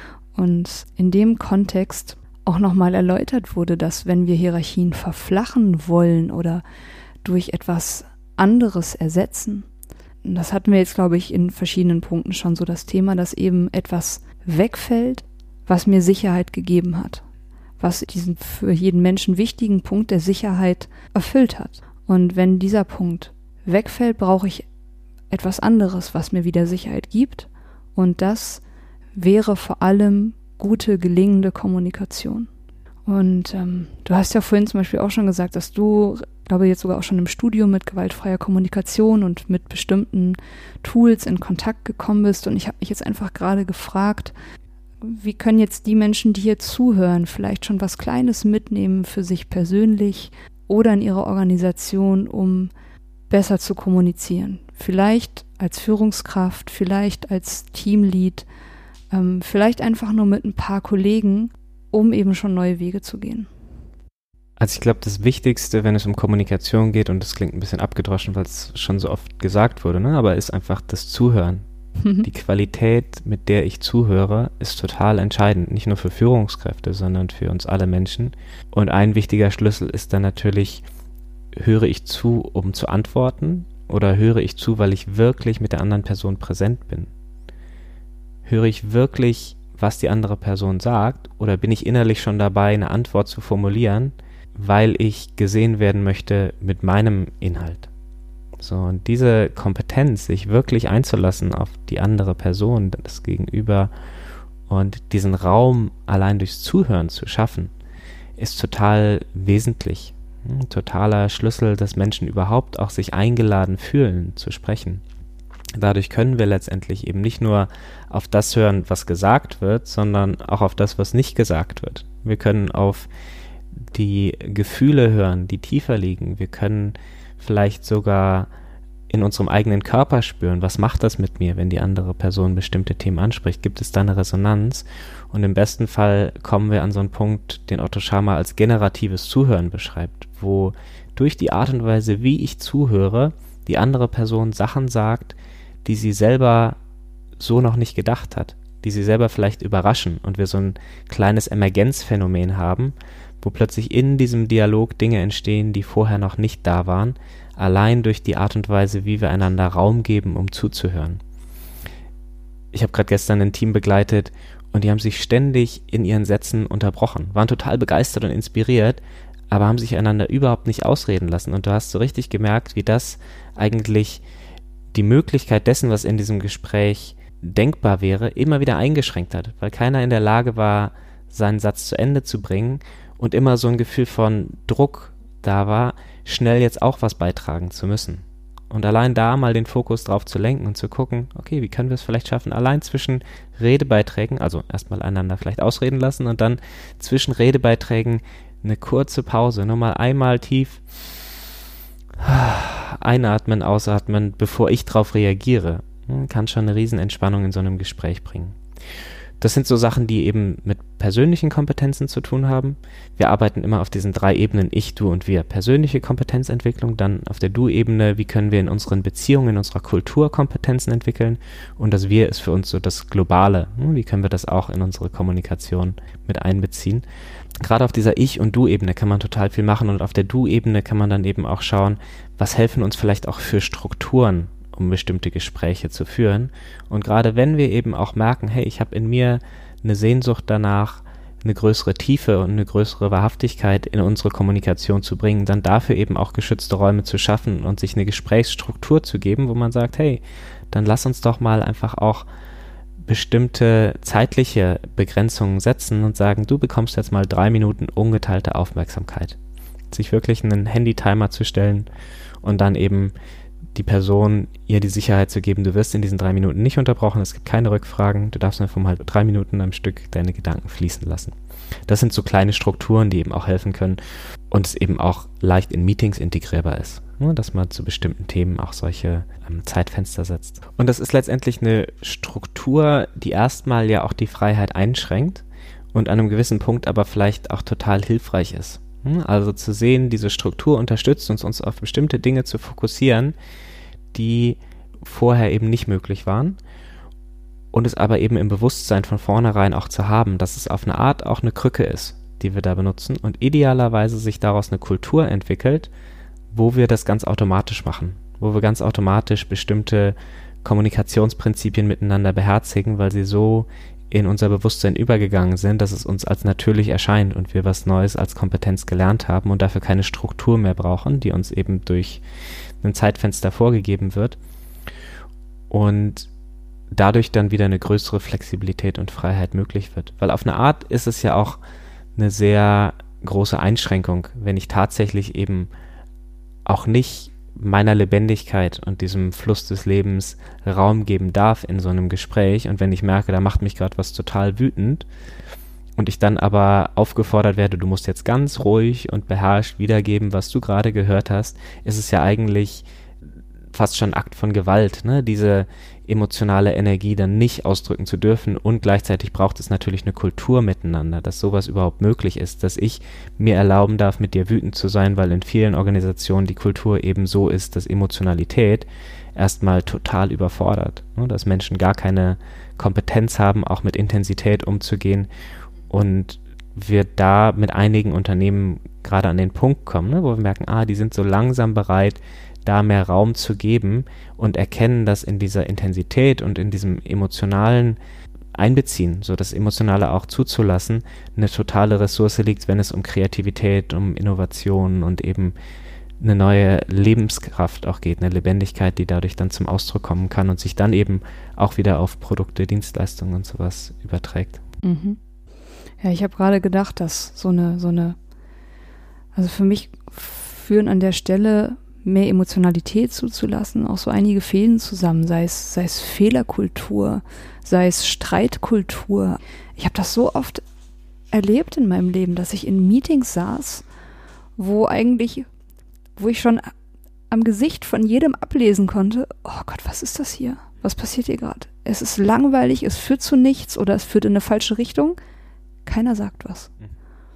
Und in dem Kontext auch nochmal erläutert wurde, dass wenn wir Hierarchien verflachen wollen oder durch etwas anderes ersetzen, das hatten wir jetzt, glaube ich, in verschiedenen Punkten schon so das Thema, dass eben etwas wegfällt, was mir Sicherheit gegeben hat, was diesen für jeden Menschen wichtigen Punkt der Sicherheit erfüllt hat. Und wenn dieser Punkt wegfällt, brauche ich etwas anderes, was mir wieder Sicherheit gibt. Und das wäre vor allem gute, gelingende Kommunikation. Und ähm, du hast ja vorhin zum Beispiel auch schon gesagt, dass du, glaube ich, jetzt sogar auch schon im Studium mit gewaltfreier Kommunikation und mit bestimmten Tools in Kontakt gekommen bist. Und ich habe mich jetzt einfach gerade gefragt, wie können jetzt die Menschen, die hier zuhören, vielleicht schon was Kleines mitnehmen für sich persönlich oder in ihrer Organisation, um besser zu kommunizieren? Vielleicht als Führungskraft, vielleicht als Teamlead, ähm, vielleicht einfach nur mit ein paar Kollegen, um eben schon neue Wege zu gehen. Also ich glaube, das Wichtigste, wenn es um Kommunikation geht, und das klingt ein bisschen abgedroschen, weil es schon so oft gesagt wurde, ne, aber ist einfach das Zuhören. Die Qualität, mit der ich zuhöre, ist total entscheidend, nicht nur für Führungskräfte, sondern für uns alle Menschen. Und ein wichtiger Schlüssel ist dann natürlich, höre ich zu, um zu antworten, oder höre ich zu, weil ich wirklich mit der anderen Person präsent bin? Höre ich wirklich, was die andere Person sagt, oder bin ich innerlich schon dabei, eine Antwort zu formulieren, weil ich gesehen werden möchte mit meinem Inhalt. So, und diese Kompetenz, sich wirklich einzulassen auf die andere Person, das Gegenüber, und diesen Raum allein durchs Zuhören zu schaffen, ist total wesentlich. Ein totaler Schlüssel, dass Menschen überhaupt auch sich eingeladen fühlen, zu sprechen. Dadurch können wir letztendlich eben nicht nur auf das hören, was gesagt wird, sondern auch auf das, was nicht gesagt wird. Wir können auf die Gefühle hören, die tiefer liegen. Wir können vielleicht sogar in unserem eigenen Körper spüren, was macht das mit mir, wenn die andere Person bestimmte Themen anspricht. Gibt es da eine Resonanz? Und im besten Fall kommen wir an so einen Punkt, den Otto Scharmer als generatives Zuhören beschreibt, wo durch die Art und Weise, wie ich zuhöre, die andere Person Sachen sagt, die sie selber so noch nicht gedacht hat, die sie selber vielleicht überraschen und wir so ein kleines Emergenzphänomen haben, wo plötzlich in diesem Dialog Dinge entstehen, die vorher noch nicht da waren, allein durch die Art und Weise, wie wir einander Raum geben, um zuzuhören. Ich habe gerade gestern ein Team begleitet und die haben sich ständig in ihren Sätzen unterbrochen, waren total begeistert und inspiriert, aber haben sich einander überhaupt nicht ausreden lassen. Und du hast so richtig gemerkt, wie das eigentlich die Möglichkeit dessen, was in diesem Gespräch denkbar wäre, immer wieder eingeschränkt hat, weil keiner in der Lage war, seinen Satz zu Ende zu bringen und immer so ein Gefühl von Druck da war, schnell jetzt auch was beitragen zu müssen. Und allein da mal den Fokus drauf zu lenken und zu gucken, okay, wie können wir es vielleicht schaffen, allein zwischen Redebeiträgen, also erstmal einander vielleicht ausreden lassen und dann zwischen Redebeiträgen eine kurze Pause, nur mal einmal tief einatmen, ausatmen, bevor ich drauf reagiere, kann schon eine Riesenentspannung in so einem Gespräch bringen. Das sind so Sachen, die eben mit persönlichen Kompetenzen zu tun haben. Wir arbeiten immer auf diesen drei Ebenen, ich, du und wir. Persönliche Kompetenzentwicklung, dann auf der Du-Ebene, wie können wir in unseren Beziehungen, in unserer Kultur Kompetenzen entwickeln, und das Wir ist für uns so das Globale. Wie können wir das auch in unsere Kommunikation mit einbeziehen? Gerade auf dieser Ich- und Du-Ebene kann man total viel machen, und auf der Du-Ebene kann man dann eben auch schauen, was helfen uns vielleicht auch für Strukturen, um bestimmte Gespräche zu führen. Und gerade wenn wir eben auch merken, hey, ich habe in mir eine Sehnsucht danach, eine größere Tiefe und eine größere Wahrhaftigkeit in unsere Kommunikation zu bringen, dann dafür eben auch geschützte Räume zu schaffen und sich eine Gesprächsstruktur zu geben, wo man sagt, hey, dann lass uns doch mal einfach auch bestimmte zeitliche Begrenzungen setzen und sagen, du bekommst jetzt mal drei Minuten ungeteilte Aufmerksamkeit. Sich wirklich einen Handy-Timer zu stellen und dann eben die Person, ihr die Sicherheit zu geben, du wirst in diesen drei Minuten nicht unterbrochen, es gibt keine Rückfragen, du darfst einfach mal drei Minuten am Stück deine Gedanken fließen lassen. Das sind so kleine Strukturen, die eben auch helfen können und es eben auch leicht in Meetings integrierbar ist, ne, dass man zu bestimmten Themen auch solche ähm, Zeitfenster setzt. Und das ist letztendlich eine Struktur, die erstmal ja auch die Freiheit einschränkt und an einem gewissen Punkt aber vielleicht auch total hilfreich ist. Also zu sehen, diese Struktur unterstützt uns, uns auf bestimmte Dinge zu fokussieren, die vorher eben nicht möglich waren, und es aber eben im Bewusstsein von vornherein auch zu haben, dass es auf eine Art auch eine Krücke ist, die wir da benutzen, und idealerweise sich daraus eine Kultur entwickelt, wo wir das ganz automatisch machen, wo wir ganz automatisch bestimmte Kommunikationsprinzipien miteinander beherzigen, weil sie so in unser Bewusstsein übergegangen sind, dass es uns als natürlich erscheint und wir was Neues als Kompetenz gelernt haben und dafür keine Struktur mehr brauchen, die uns eben durch ein Zeitfenster vorgegeben wird, und dadurch dann wieder eine größere Flexibilität und Freiheit möglich wird. Weil auf eine Art ist es ja auch eine sehr große Einschränkung, wenn ich tatsächlich eben auch nicht meiner Lebendigkeit und diesem Fluss des Lebens Raum geben darf in so einem Gespräch, und wenn ich merke, da macht mich gerade was total wütend und ich dann aber aufgefordert werde, du musst jetzt ganz ruhig und beherrscht wiedergeben, was du gerade gehört hast, ist es ja eigentlich fast schon ein Akt von Gewalt, ne? Diese emotionale Energie dann nicht ausdrücken zu dürfen, und gleichzeitig braucht es natürlich eine Kultur miteinander, dass sowas überhaupt möglich ist, dass ich mir erlauben darf, mit dir wütend zu sein, weil in vielen Organisationen die Kultur eben so ist, dass Emotionalität erstmal total überfordert, ne? Dass Menschen gar keine Kompetenz haben, auch mit Intensität umzugehen, und wir da mit einigen Unternehmen gerade an den Punkt kommen, ne? Wo wir merken, ah, die sind so langsam bereit, da mehr Raum zu geben, und erkennen, dass in dieser Intensität und in diesem emotionalen einbeziehen, so das Emotionale auch zuzulassen, eine totale Ressource liegt, wenn es um Kreativität, um Innovation und eben eine neue Lebenskraft auch geht, eine Lebendigkeit, die dadurch dann zum Ausdruck kommen kann und sich dann eben auch wieder auf Produkte, Dienstleistungen und sowas überträgt. Mhm. Ja, ich habe gerade gedacht, dass so eine, so eine, also für mich führen an der Stelle mehr Emotionalität zuzulassen, auch so einige Fäden zusammen, sei es, sei es Fehlerkultur, sei es Streitkultur. Ich habe das so oft erlebt in meinem Leben, dass ich in Meetings saß, wo eigentlich, wo ich schon am Gesicht von jedem ablesen konnte, oh Gott, was ist das hier? Was passiert hier gerade? Es ist langweilig, es führt zu nichts oder es führt in eine falsche Richtung. Keiner sagt was. Mhm.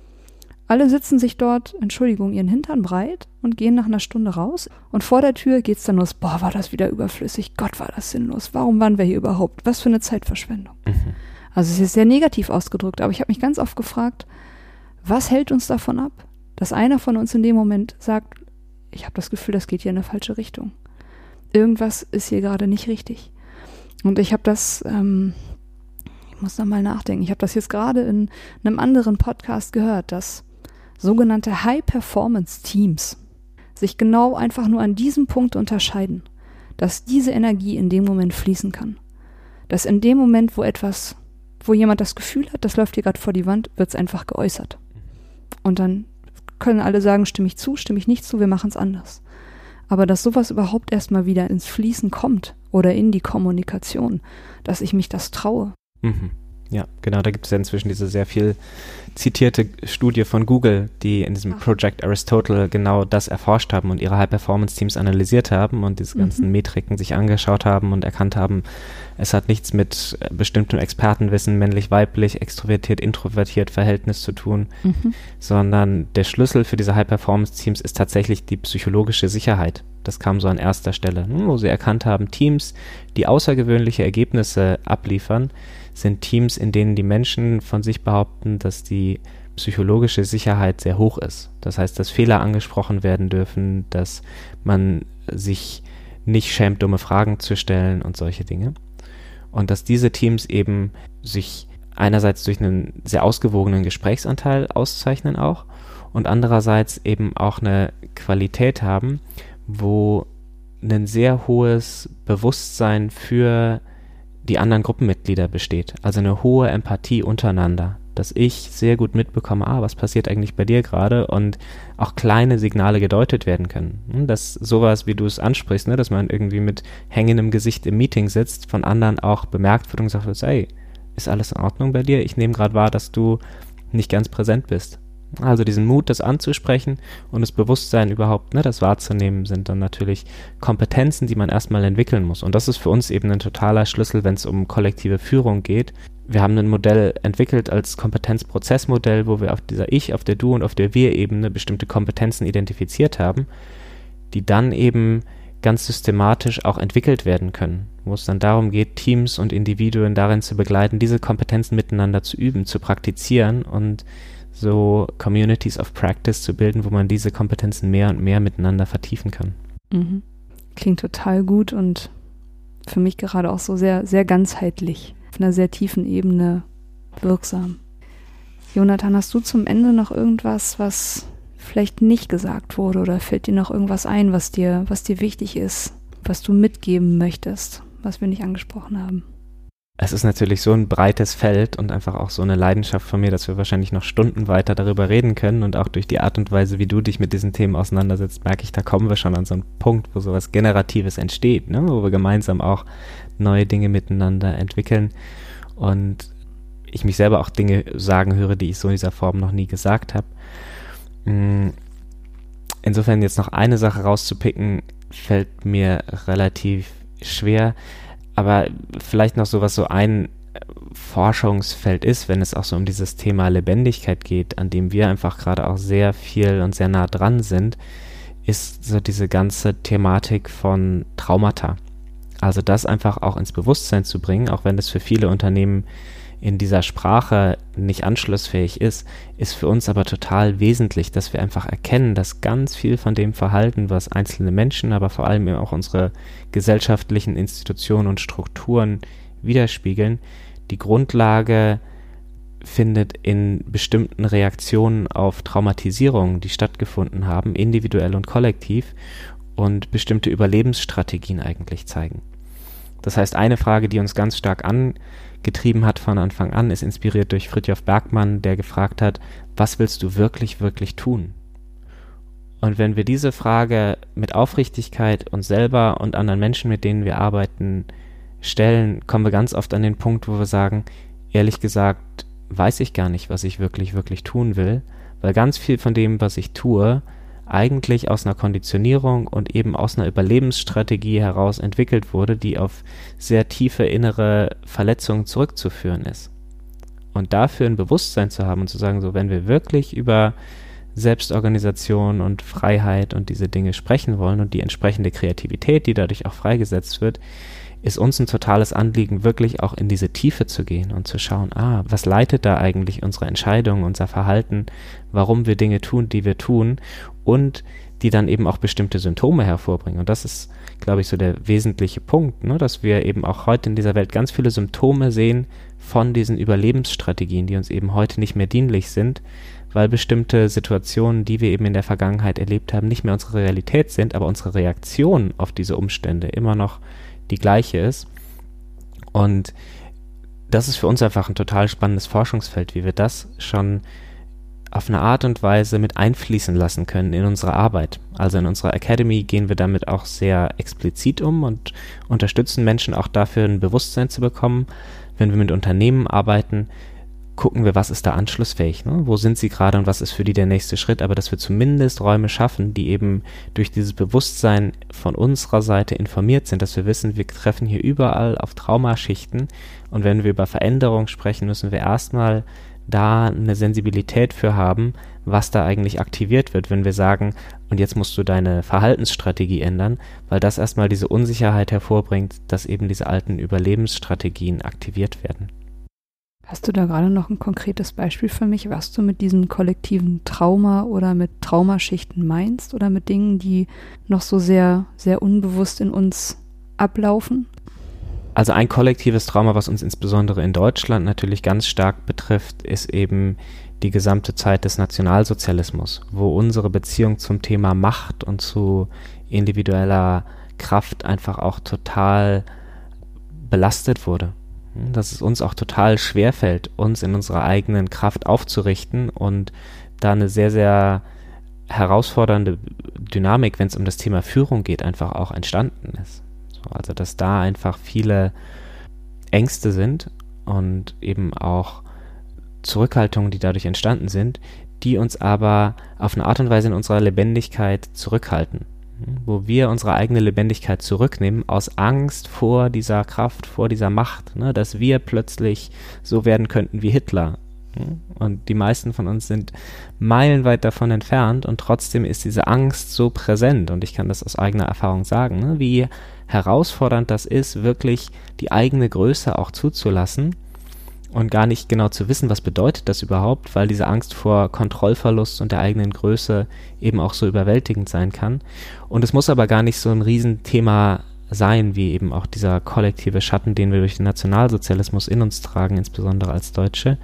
Alle sitzen sich dort, Entschuldigung, ihren Hintern breit und gehen nach einer Stunde raus. Und vor der Tür geht's dann los, boah, war das wieder überflüssig, Gott, war das sinnlos, warum waren wir hier überhaupt? Was für eine Zeitverschwendung. Mhm. Also es ist sehr negativ ausgedrückt, aber ich habe mich ganz oft gefragt, was hält uns davon ab, dass einer von uns in dem Moment sagt, ich habe das Gefühl, das geht hier in eine falsche Richtung. Irgendwas ist hier gerade nicht richtig. Und ich habe das, ähm, ich muss noch mal nachdenken, ich habe das jetzt gerade in einem anderen Podcast gehört, dass sogenannte High-Performance-Teams sich genau einfach nur an diesem Punkt unterscheiden, dass diese Energie in dem Moment fließen kann. Dass in dem Moment, wo etwas, wo jemand das Gefühl hat, das läuft hier gerade vor die Wand, wird es einfach geäußert. Und dann können alle sagen, stimme ich zu, stimme ich nicht zu, wir machen es anders. Aber dass sowas überhaupt erstmal wieder ins Fließen kommt oder in die Kommunikation, dass ich mich das traue. Mhm. Ja, genau, da gibt es ja inzwischen diese sehr viel zitierte Studie von Google, die in diesem Ach. Project Aristotle genau das erforscht haben und ihre High-Performance-Teams analysiert haben und diese ganzen mhm. Metriken sich angeschaut haben und erkannt haben, es hat nichts mit bestimmtem Expertenwissen, männlich-weiblich, extrovertiert, introvertiert Verhältnis zu tun, mhm. sondern der Schlüssel für diese High-Performance-Teams ist tatsächlich die psychologische Sicherheit. Das kam so an erster Stelle, wo sie erkannt haben, Teams, die außergewöhnliche Ergebnisse abliefern, sind Teams, in denen die Menschen von sich behaupten, dass die psychologische Sicherheit sehr hoch ist. Das heißt, dass Fehler angesprochen werden dürfen, dass man sich nicht schämt, dumme Fragen zu stellen und solche Dinge. Und dass diese Teams eben sich einerseits durch einen sehr ausgewogenen Gesprächsanteil auszeichnen auch und andererseits eben auch eine Qualität haben, wo ein sehr hohes Bewusstsein für die anderen Gruppenmitglieder besteht. Also eine hohe Empathie untereinander, dass ich sehr gut mitbekomme, ah, was passiert eigentlich bei dir gerade und auch kleine Signale gedeutet werden können. Dass sowas, wie du es ansprichst, ne, dass man irgendwie mit hängendem Gesicht im Meeting sitzt, von anderen auch bemerkt wird und gesagt wird, ey, ist alles in Ordnung bei dir? Ich nehme gerade wahr, dass du nicht ganz präsent bist. Also diesen Mut, das anzusprechen und das Bewusstsein überhaupt, ne, das wahrzunehmen, sind dann natürlich Kompetenzen, die man erstmal entwickeln muss. Und das ist für uns eben ein totaler Schlüssel, wenn es um kollektive Führung geht. Wir haben ein Modell entwickelt als Kompetenzprozessmodell, wo wir auf dieser Ich-, auf der Du- und auf der Wir-Ebene bestimmte Kompetenzen identifiziert haben, die dann eben ganz systematisch auch entwickelt werden können, wo es dann darum geht, Teams und Individuen darin zu begleiten, diese Kompetenzen miteinander zu üben, zu praktizieren und so Communities of Practice zu bilden, wo man diese Kompetenzen mehr und mehr miteinander vertiefen kann. Mhm. Klingt total gut und für mich gerade auch so sehr, sehr ganzheitlich, auf einer sehr tiefen Ebene wirksam. Jonathan, hast du zum Ende noch irgendwas, was vielleicht nicht gesagt wurde oder fällt dir noch irgendwas ein, was dir, was dir wichtig ist, was du mitgeben möchtest, was wir nicht angesprochen haben? Es ist natürlich so ein breites Feld und einfach auch so eine Leidenschaft von mir, dass wir wahrscheinlich noch Stunden weiter darüber reden können und auch durch die Art und Weise, wie du dich mit diesen Themen auseinandersetzt, merke ich, da kommen wir schon an so einen Punkt, wo sowas Generatives entsteht, ne? Wo wir gemeinsam auch neue Dinge miteinander entwickeln und ich mich selber auch Dinge sagen höre, die ich so in dieser Form noch nie gesagt habe. Insofern jetzt noch eine Sache rauszupicken, fällt mir relativ schwer. Aber vielleicht noch so, was so ein Forschungsfeld ist, wenn es auch so um dieses Thema Lebendigkeit geht, an dem wir einfach gerade auch sehr viel und sehr nah dran sind, ist so diese ganze Thematik von Traumata. Also das einfach auch ins Bewusstsein zu bringen, auch wenn es für viele Unternehmen in dieser Sprache nicht anschlussfähig ist, ist für uns aber total wesentlich, dass wir einfach erkennen, dass ganz viel von dem Verhalten, was einzelne Menschen, aber vor allem auch unsere gesellschaftlichen Institutionen und Strukturen widerspiegeln, die Grundlage findet in bestimmten Reaktionen auf Traumatisierungen, die stattgefunden haben, individuell und kollektiv, und bestimmte Überlebensstrategien eigentlich zeigen. Das heißt, eine Frage, die uns ganz stark angetrieben hat von Anfang an, ist inspiriert durch Fridtjof Bergmann, der gefragt hat, was willst du wirklich, wirklich tun? Und wenn wir diese Frage mit Aufrichtigkeit uns selber und anderen Menschen, mit denen wir arbeiten, stellen, kommen wir ganz oft an den Punkt, wo wir sagen, ehrlich gesagt, weiß ich gar nicht, was ich wirklich, wirklich tun will, weil ganz viel von dem, was ich tue, eigentlich aus einer Konditionierung und eben aus einer Überlebensstrategie heraus entwickelt wurde, die auf sehr tiefe innere Verletzungen zurückzuführen ist. Und dafür ein Bewusstsein zu haben und zu sagen, so wenn wir wirklich über Selbstorganisation und Freiheit und diese Dinge sprechen wollen und die entsprechende Kreativität, die dadurch auch freigesetzt wird, ist uns ein totales Anliegen, wirklich auch in diese Tiefe zu gehen und zu schauen, ah, was leitet da eigentlich unsere Entscheidungen, unser Verhalten, warum wir Dinge tun, die wir tun und die dann eben auch bestimmte Symptome hervorbringen. Und das ist, glaube ich, so der wesentliche Punkt, ne? Dass wir eben auch heute in dieser Welt ganz viele Symptome sehen von diesen Überlebensstrategien, die uns eben heute nicht mehr dienlich sind, weil bestimmte Situationen, die wir eben in der Vergangenheit erlebt haben, nicht mehr unsere Realität sind, aber unsere Reaktion auf diese Umstände immer noch die gleiche ist. Und das ist für uns einfach ein total spannendes Forschungsfeld, wie wir das schon auf eine Art und Weise mit einfließen lassen können in unsere Arbeit. Also in unserer Academy gehen wir damit auch sehr explizit um und unterstützen Menschen auch dafür, ein Bewusstsein zu bekommen. Wenn wir mit Unternehmen arbeiten, gucken wir, was ist da anschlussfähig, ne? Wo sind sie gerade und was ist für die der nächste Schritt, aber dass wir zumindest Räume schaffen, die eben durch dieses Bewusstsein von unserer Seite informiert sind, dass wir wissen, wir treffen hier überall auf Traumaschichten und wenn wir über Veränderung sprechen, müssen wir erstmal da eine Sensibilität für haben, was da eigentlich aktiviert wird, wenn wir sagen, und jetzt musst du deine Verhaltensstrategie ändern, weil das erstmal diese Unsicherheit hervorbringt, dass eben diese alten Überlebensstrategien aktiviert werden. Hast du da gerade noch ein konkretes Beispiel für mich, was du mit diesem kollektiven Trauma oder mit Traumaschichten meinst oder mit Dingen, die noch so sehr, sehr unbewusst in uns ablaufen? Also ein kollektives Trauma, was uns insbesondere in Deutschland natürlich ganz stark betrifft, ist eben die gesamte Zeit des Nationalsozialismus, wo unsere Beziehung zum Thema Macht und zu individueller Kraft einfach auch total belastet wurde. Dass es uns auch total schwerfällt, uns in unserer eigenen Kraft aufzurichten und da eine sehr, sehr herausfordernde Dynamik, wenn es um das Thema Führung geht, einfach auch entstanden ist. So, also dass da einfach viele Ängste sind und eben auch Zurückhaltungen, die dadurch entstanden sind, die uns aber auf eine Art und Weise in unserer Lebendigkeit zurückhalten. Wo wir unsere eigene Lebendigkeit zurücknehmen aus Angst vor dieser Kraft, vor dieser Macht, ne, dass wir plötzlich so werden könnten wie Hitler. Und die meisten von uns sind meilenweit davon entfernt und trotzdem ist diese Angst so präsent und ich kann das aus eigener Erfahrung sagen, ne, wie herausfordernd das ist, wirklich die eigene Größe auch zuzulassen und gar nicht genau zu wissen, was bedeutet das überhaupt, weil diese Angst vor Kontrollverlust und der eigenen Größe eben auch so überwältigend sein kann. Und es muss aber gar nicht so ein Riesenthema sein, wie eben auch dieser kollektive Schatten, den wir durch den Nationalsozialismus in uns tragen, insbesondere als Deutsche.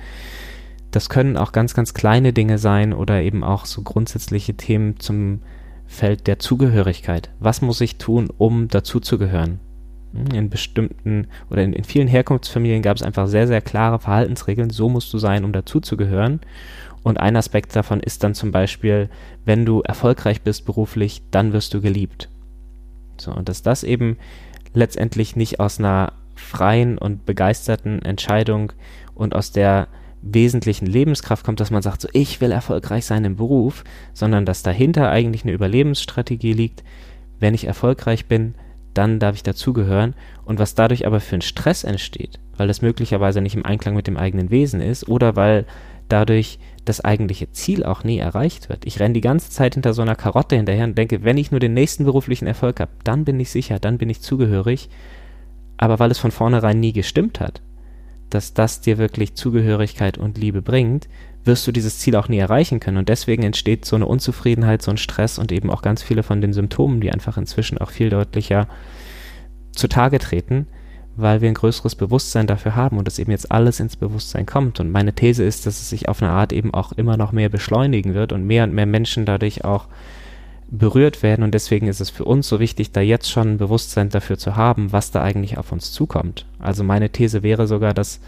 Das können auch ganz, ganz kleine Dinge sein oder eben auch so grundsätzliche Themen zum Feld der Zugehörigkeit. Was muss ich tun, um dazuzugehören? In bestimmten oder in, in vielen Herkunftsfamilien gab es einfach sehr, sehr klare Verhaltensregeln. So musst du sein, um dazuzugehören. Und ein Aspekt davon ist dann zum Beispiel, wenn du erfolgreich bist beruflich, dann wirst du geliebt. So, und dass das eben letztendlich nicht aus einer freien und begeisterten Entscheidung und aus der wesentlichen Lebenskraft kommt, dass man sagt, so ich will erfolgreich sein im Beruf, sondern dass dahinter eigentlich eine Überlebensstrategie liegt. Wenn ich erfolgreich bin, dann darf ich dazugehören und was dadurch aber für einen Stress entsteht, weil das möglicherweise nicht im Einklang mit dem eigenen Wesen ist oder weil dadurch das eigentliche Ziel auch nie erreicht wird. Ich renne die ganze Zeit hinter so einer Karotte hinterher und denke, wenn ich nur den nächsten beruflichen Erfolg habe, dann bin ich sicher, dann bin ich zugehörig, aber weil es von vornherein nie gestimmt hat, dass das dir wirklich Zugehörigkeit und Liebe bringt, wirst du dieses Ziel auch nie erreichen können. Und deswegen entsteht so eine Unzufriedenheit, so ein Stress und eben auch ganz viele von den Symptomen, die einfach inzwischen auch viel deutlicher zutage treten, weil wir ein größeres Bewusstsein dafür haben und es eben jetzt alles ins Bewusstsein kommt. Und meine These ist, dass es sich auf eine Art eben auch immer noch mehr beschleunigen wird und mehr und mehr Menschen dadurch auch berührt werden. Und deswegen ist es für uns so wichtig, da jetzt schon ein Bewusstsein dafür zu haben, was da eigentlich auf uns zukommt. Also meine These wäre sogar, dass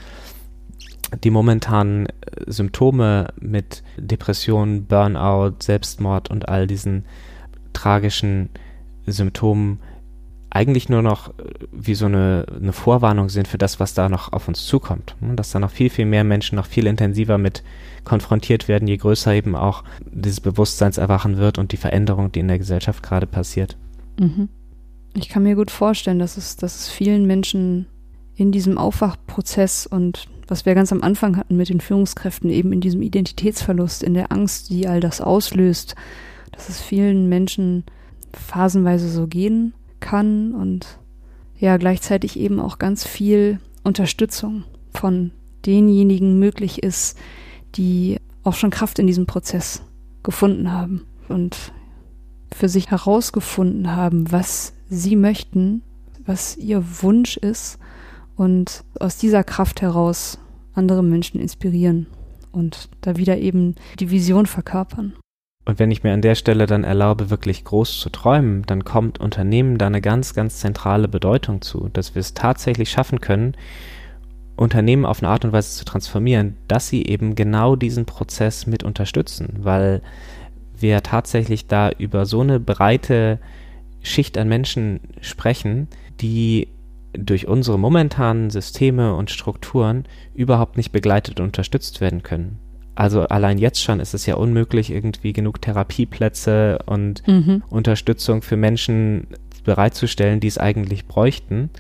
die momentanen Symptome mit Depression, Burnout, Selbstmord und all diesen tragischen Symptomen eigentlich nur noch wie so eine, eine Vorwarnung sind für das, was da noch auf uns zukommt. Dass da noch viel, viel mehr Menschen noch viel intensiver mit konfrontiert werden, je größer eben auch dieses Bewusstseinserwachen wird und die Veränderung, die in der Gesellschaft gerade passiert. Mhm. Ich kann mir gut vorstellen, dass es, dass es vielen Menschen in diesem Aufwachprozess und was wir ganz am Anfang hatten mit den Führungskräften, eben in diesem Identitätsverlust, in der Angst, die all das auslöst, dass es vielen Menschen phasenweise so gehen kann und ja, gleichzeitig eben auch ganz viel Unterstützung von denjenigen möglich ist, die auch schon Kraft in diesem Prozess gefunden haben und für sich herausgefunden haben, was sie möchten, was ihr Wunsch ist und aus dieser Kraft heraus andere Menschen inspirieren und da wieder eben die Vision verkörpern. Und wenn ich mir an der Stelle dann erlaube, wirklich groß zu träumen, dann kommt Unternehmen da eine ganz, ganz zentrale Bedeutung zu, dass wir es tatsächlich schaffen können, Unternehmen auf eine Art und Weise zu transformieren, dass sie eben genau diesen Prozess mit unterstützen, weil wir tatsächlich da über so eine breite Schicht an Menschen sprechen, die durch unsere momentanen Systeme und Strukturen überhaupt nicht begleitet und unterstützt werden können. Also allein jetzt schon ist es ja unmöglich, irgendwie genug Therapieplätze und mhm. Unterstützung für Menschen bereitzustellen, die es eigentlich bräuchten.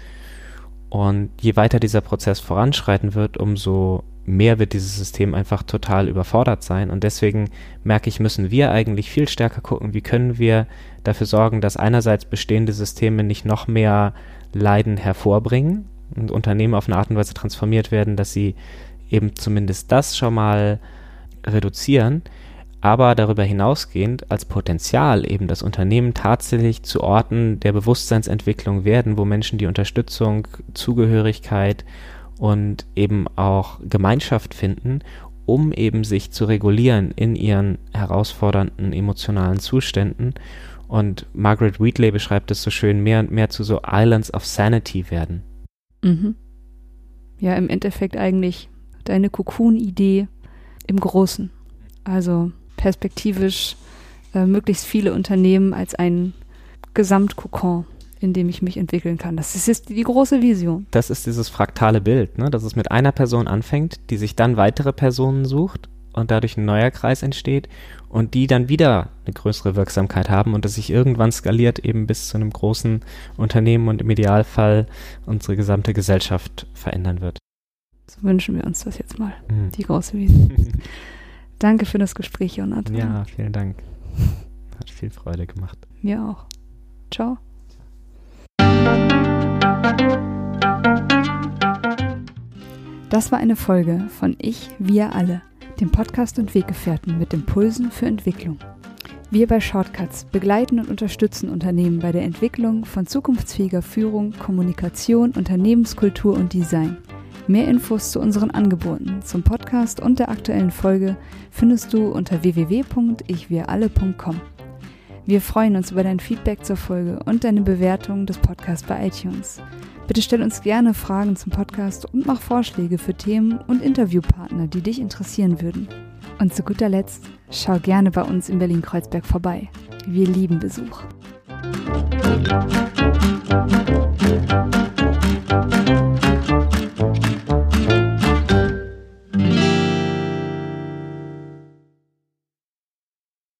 Und je weiter dieser Prozess voranschreiten wird, umso mehr wird dieses System einfach total überfordert sein. Und deswegen merke ich, müssen wir eigentlich viel stärker gucken, wie können wir dafür sorgen, dass einerseits bestehende Systeme nicht noch mehr Leiden hervorbringen und Unternehmen auf eine Art und Weise transformiert werden, dass sie eben zumindest das schon mal reduzieren, aber darüber hinausgehend als Potenzial eben das Unternehmen tatsächlich zu Orten der Bewusstseinsentwicklung werden, wo Menschen die Unterstützung, Zugehörigkeit und eben auch Gemeinschaft finden, um eben sich zu regulieren in ihren herausfordernden emotionalen Zuständen. Und Margaret Wheatley beschreibt es so schön, mehr und mehr zu so Islands of Sanity werden. Mhm. Ja, im Endeffekt eigentlich deine Cocoon-Idee im Großen. Also perspektivisch äh, möglichst viele Unternehmen als ein Gesamtkokon, in dem ich mich entwickeln kann. Das ist jetzt die große Vision. Das ist dieses fraktale Bild, ne? Dass es mit einer Person anfängt, die sich dann weitere Personen sucht und dadurch ein neuer Kreis entsteht und die dann wieder eine größere Wirksamkeit haben und das sich irgendwann skaliert eben bis zu einem großen Unternehmen und im Idealfall unsere gesamte Gesellschaft verändern wird. So wünschen wir uns das jetzt mal, mhm. die große Vision. Danke für das Gespräch, Jonathan. Ja, vielen Dank. Hat viel Freude gemacht. Mir auch. Ciao. Das war eine Folge von Ich, wir alle, dem Podcast und Weggefährten mit Impulsen für Entwicklung. Wir bei Shortcuts begleiten und unterstützen Unternehmen bei der Entwicklung von zukunftsfähiger Führung, Kommunikation, Unternehmenskultur und Design. Mehr Infos zu unseren Angeboten, zum Podcast und der aktuellen Folge findest du unter w w w punkt ich wir alle punkt com. Wir freuen uns über dein Feedback zur Folge und deine Bewertung des Podcasts bei iTunes. Bitte stell uns gerne Fragen zum Podcast und mach Vorschläge für Themen und Interviewpartner, die dich interessieren würden. Und zu guter Letzt, schau gerne bei uns in Berlin-Kreuzberg vorbei. Wir lieben Besuch.